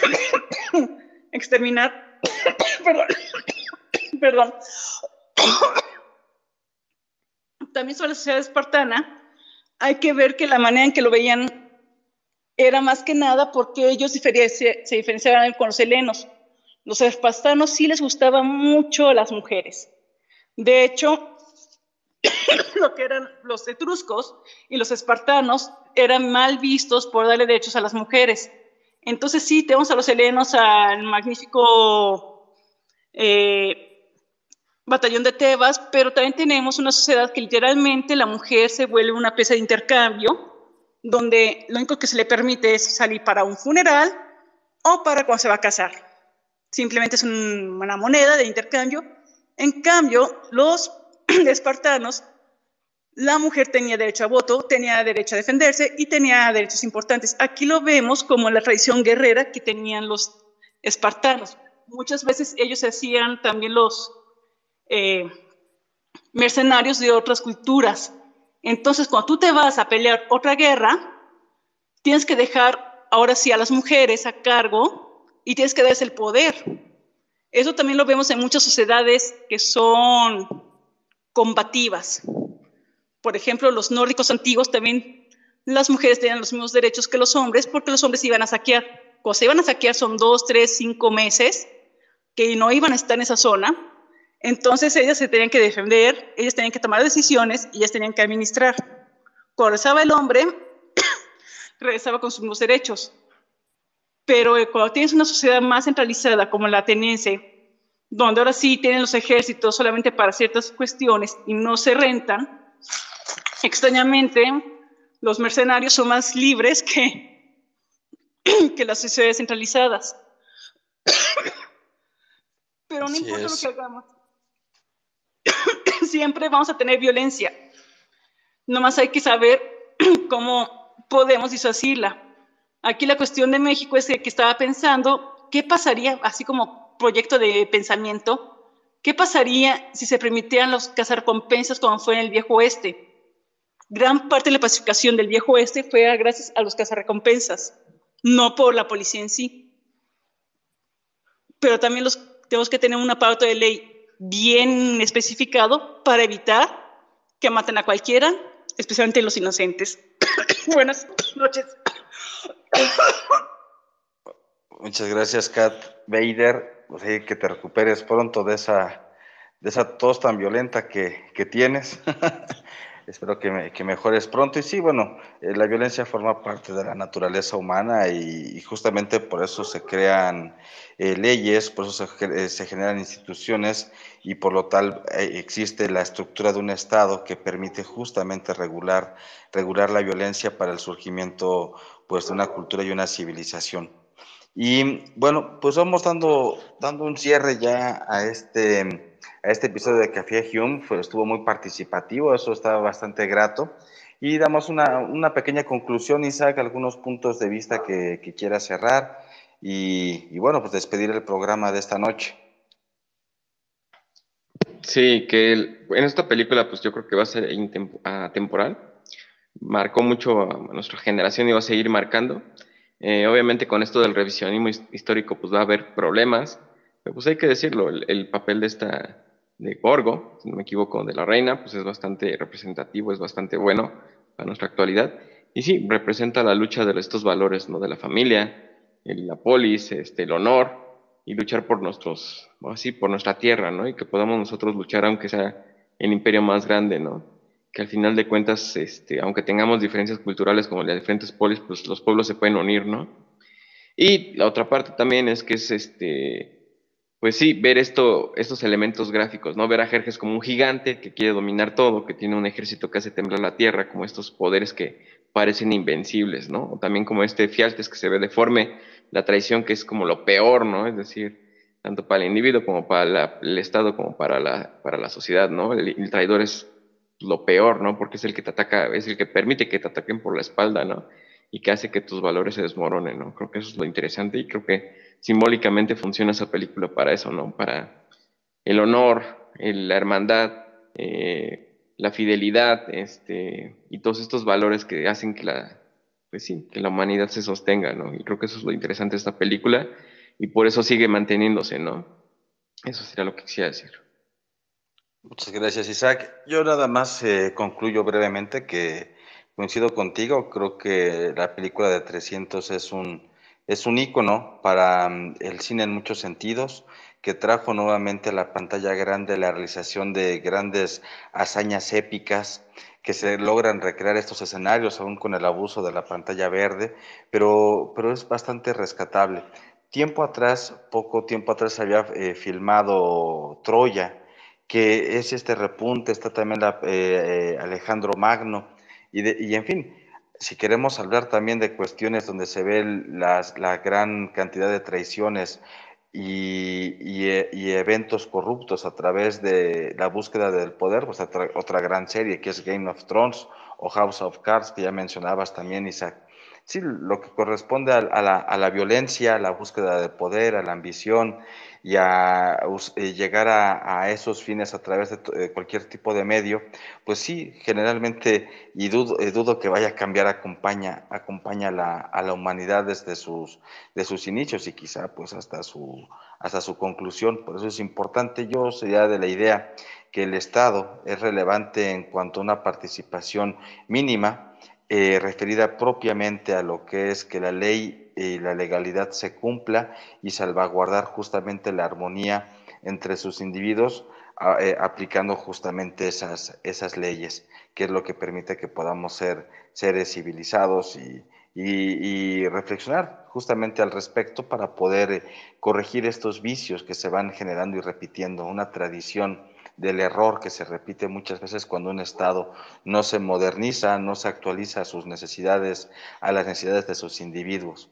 exterminar, perdón, perdón. También sobre la sociedad espartana, hay que ver que la manera en que lo veían era más que nada porque ellos diferenci- se diferenciaban con los helenos. Los espartanos sí les gustaban mucho a las mujeres. De hecho, lo que eran los etruscos y los espartanos eran mal vistos por darle derechos a las mujeres. Entonces sí, tenemos a los helenos, al magnífico eh, batallón de Tebas, pero también tenemos una sociedad que literalmente la mujer se vuelve una pieza de intercambio, donde lo único que se le permite es salir para un funeral o para cuando se va a casar. Simplemente es un, una moneda de intercambio. En cambio, los espartanos, la mujer tenía derecho a voto, tenía derecho a defenderse y tenía derechos importantes. Aquí lo vemos como la tradición guerrera que tenían los espartanos. Muchas veces ellos se hacían también los eh, mercenarios de otras culturas. Entonces, cuando tú te vas a pelear otra guerra, tienes que dejar ahora sí a las mujeres a cargo y tienes que darles el poder. Eso también lo vemos en muchas sociedades que son combativas. Por ejemplo, los nórdicos antiguos también, las mujeres tenían los mismos derechos que los hombres porque los hombres iban a saquear. Cuando se iban a saquear son dos, tres, cinco meses que no iban a estar en esa zona. Entonces ellas se tenían que defender, ellas tenían que tomar decisiones y ellas tenían que administrar. Cuando regresaba el hombre, regresaba con sus mismos derechos. Pero cuando tienes una sociedad más centralizada como la ateniense, donde ahora sí tienen los ejércitos solamente para ciertas cuestiones y no se rentan, extrañamente los mercenarios son más libres que, que las sociedades centralizadas. Pero no Así importa es. lo que hagamos, siempre vamos a tener violencia. Nomás hay que saber cómo podemos disuadirla. Aquí la cuestión de México es que, que estaba pensando qué pasaría, así como proyecto de pensamiento, qué pasaría si se permitieran los cazarrecompensas como fue en el Viejo Oeste. Gran parte de la pacificación del Viejo Oeste fue gracias a los cazarrecompensas, no por la policía en sí. Pero también los, tenemos que tener un aparato de ley bien especificado para evitar que maten a cualquiera, especialmente los inocentes. Buenas noches. Muchas gracias, Kat Bader. Pues, sí, que te recuperes pronto de esa, de esa tos tan violenta que, que tienes. Espero que, me, que mejores pronto. Y sí, bueno, eh, la violencia forma parte de la naturaleza humana y, y justamente por eso se crean eh, leyes, por eso se, eh, se generan instituciones y por lo tal eh, existe la estructura de un Estado que permite justamente regular, regular la violencia para el surgimiento pues, de una cultura y una civilización. Y bueno, pues vamos dando, dando un cierre ya a este, a este episodio de Café Hume. Fue, estuvo muy participativo, eso estaba bastante grato. Y damos una, una pequeña conclusión, Isaac, algunos puntos de vista que, que quiera cerrar y, y bueno, pues despedir el programa de esta noche. Sí, que el- en esta película pues yo creo que va a ser intempo- atemporal. Marcó mucho a nuestra generación y va a seguir marcando. Eh, obviamente con esto del revisionismo his- histórico pues va a haber problemas, pero pues hay que decirlo, el, el papel de esta, de Gorgo, si no me equivoco, de la reina, pues es bastante representativo, es bastante bueno para nuestra actualidad. Y sí, representa la lucha de estos valores, ¿no? De la familia, el- la polis, este, el honor y luchar por nuestros, así, por nuestra tierra, ¿no? Y que podamos nosotros luchar aunque sea el imperio más grande, ¿no? Que al final de cuentas, este, aunque tengamos diferencias culturales como las diferentes polis, pues los pueblos se pueden unir, ¿no? Y la otra parte también es que es este, pues sí, ver esto, estos elementos gráficos, ¿no? Ver a Jerjes como un gigante que quiere dominar todo, que tiene un ejército que hace temblar la tierra, como estos poderes que parecen invencibles, ¿no? O también como este Fialtes que se ve deforme, la traición que es como lo peor, ¿no? Es decir, tanto para el individuo como para la- el Estado, como para la, para la sociedad, ¿no? El, el traidor es lo peor, ¿no? Porque es el que te ataca, es el que permite que te ataquen por la espalda, ¿no? Y que hace que tus valores se desmoronen, ¿no? Creo que eso es lo interesante y creo que simbólicamente funciona esa película para eso, ¿no? Para el honor, el- la hermandad, eh, la fidelidad, este, y todos estos valores que hacen que la, pues sí, que la humanidad se sostenga, ¿no? Y creo que eso es lo interesante de esta película y por eso sigue manteniéndose, ¿no? Eso sería lo que quisiera decir. Muchas gracias, Isaac. Yo nada más eh, concluyo brevemente que coincido contigo. Creo que la película de trescientos es un, es un ícono para mm, el cine en muchos sentidos. que trajo nuevamente a la pantalla grande la realización de grandes hazañas épicas, que se logran recrear estos escenarios aún con el abuso de la pantalla verde, pero, pero es bastante rescatable. Tiempo atrás, poco tiempo atrás, había eh, filmado Troya, que es este repunte, está también la, eh, eh, Alejandro Magno, y, de, y en fin, si queremos hablar también de cuestiones donde se ve las, la gran cantidad de traiciones y, y, y eventos corruptos a través de la búsqueda del poder, pues otra, otra gran serie que es Game of Thrones o House of Cards, que ya mencionabas también, Isaac. Sí, lo que corresponde a, a, la, a la violencia, a la búsqueda de poder, a la ambición y a eh, llegar a, a esos fines a través de, de cualquier tipo de medio, pues sí, generalmente, y dudo, eh, dudo que vaya a cambiar, acompaña, acompaña la, a la humanidad desde sus, de sus inicios y quizá pues hasta su, hasta su conclusión. Por eso es importante, yo sería de la idea que el Estado es relevante en cuanto a una participación mínima, Eh, referida propiamente a lo que es que la ley y la legalidad se cumpla y salvaguardar justamente la armonía entre sus individuos, a, eh, aplicando justamente esas, esas leyes, que es lo que permite que podamos ser seres civilizados y, y, y reflexionar justamente al respecto para poder eh, corregir estos vicios que se van generando y repitiendo, una tradición del error que se repite muchas veces cuando un Estado no se moderniza, no se actualiza a sus necesidades, a las necesidades de sus individuos.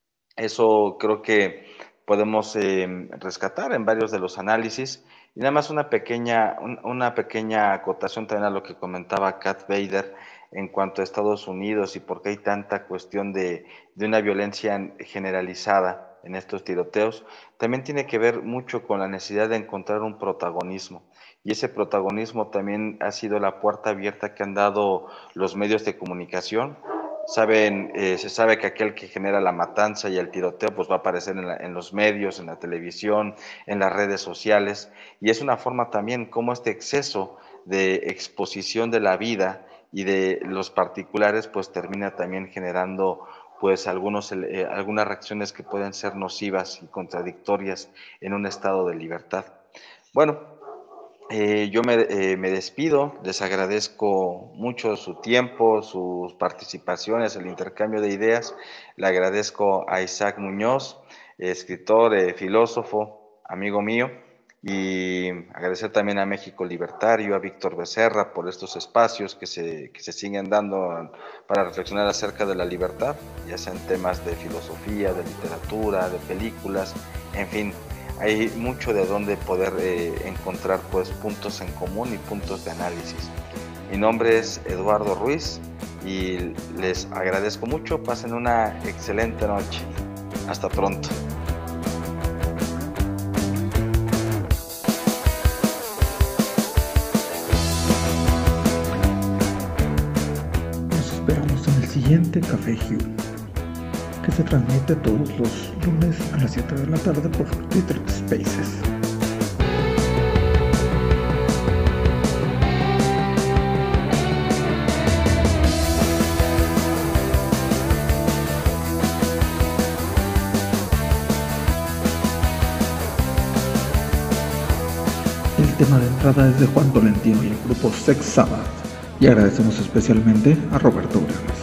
Eso creo que podemos eh, rescatar en varios de los análisis. Y nada más una pequeña, un, una pequeña acotación también a lo que comentaba Kat Bader en cuanto a Estados Unidos y por qué hay tanta cuestión de, de una violencia generalizada en estos tiroteos. También tiene que ver mucho con la necesidad de encontrar un protagonismo. Y ese protagonismo también ha sido la puerta abierta que han dado los medios de comunicación. Saben, eh, se sabe que aquel que genera la matanza y el tiroteo pues va a aparecer en, la, en los medios, en la televisión, en las redes sociales, y es una forma también como este exceso de exposición de la vida y de los particulares pues termina también generando pues algunos, eh, algunas reacciones que pueden ser nocivas y contradictorias en un estado de libertad. Bueno, Eh, yo me, eh, me despido, les agradezco mucho su tiempo, sus participaciones, el intercambio de ideas. Le agradezco a Isaac Muñoz, escritor, eh, filósofo, amigo mío, y agradecer también a México Libertario, a Víctor Becerra por estos espacios que se, que se siguen dando para reflexionar acerca de la libertad, ya sean temas de filosofía, de literatura, de películas, en fin. Hay mucho de donde poder eh, encontrar pues, puntos en común y puntos de análisis. Mi nombre es Eduardo Ruiz y les agradezco mucho. Pasen una excelente noche. Hasta pronto. Nos esperamos en el siguiente Café Hue, que se transmite todos los lunes a las siete de la tarde por Twitter Spaces. El tema de entrada es de Juan Tolentino y el grupo Sex Sabbath, y agradecemos especialmente a Roberto Brenes.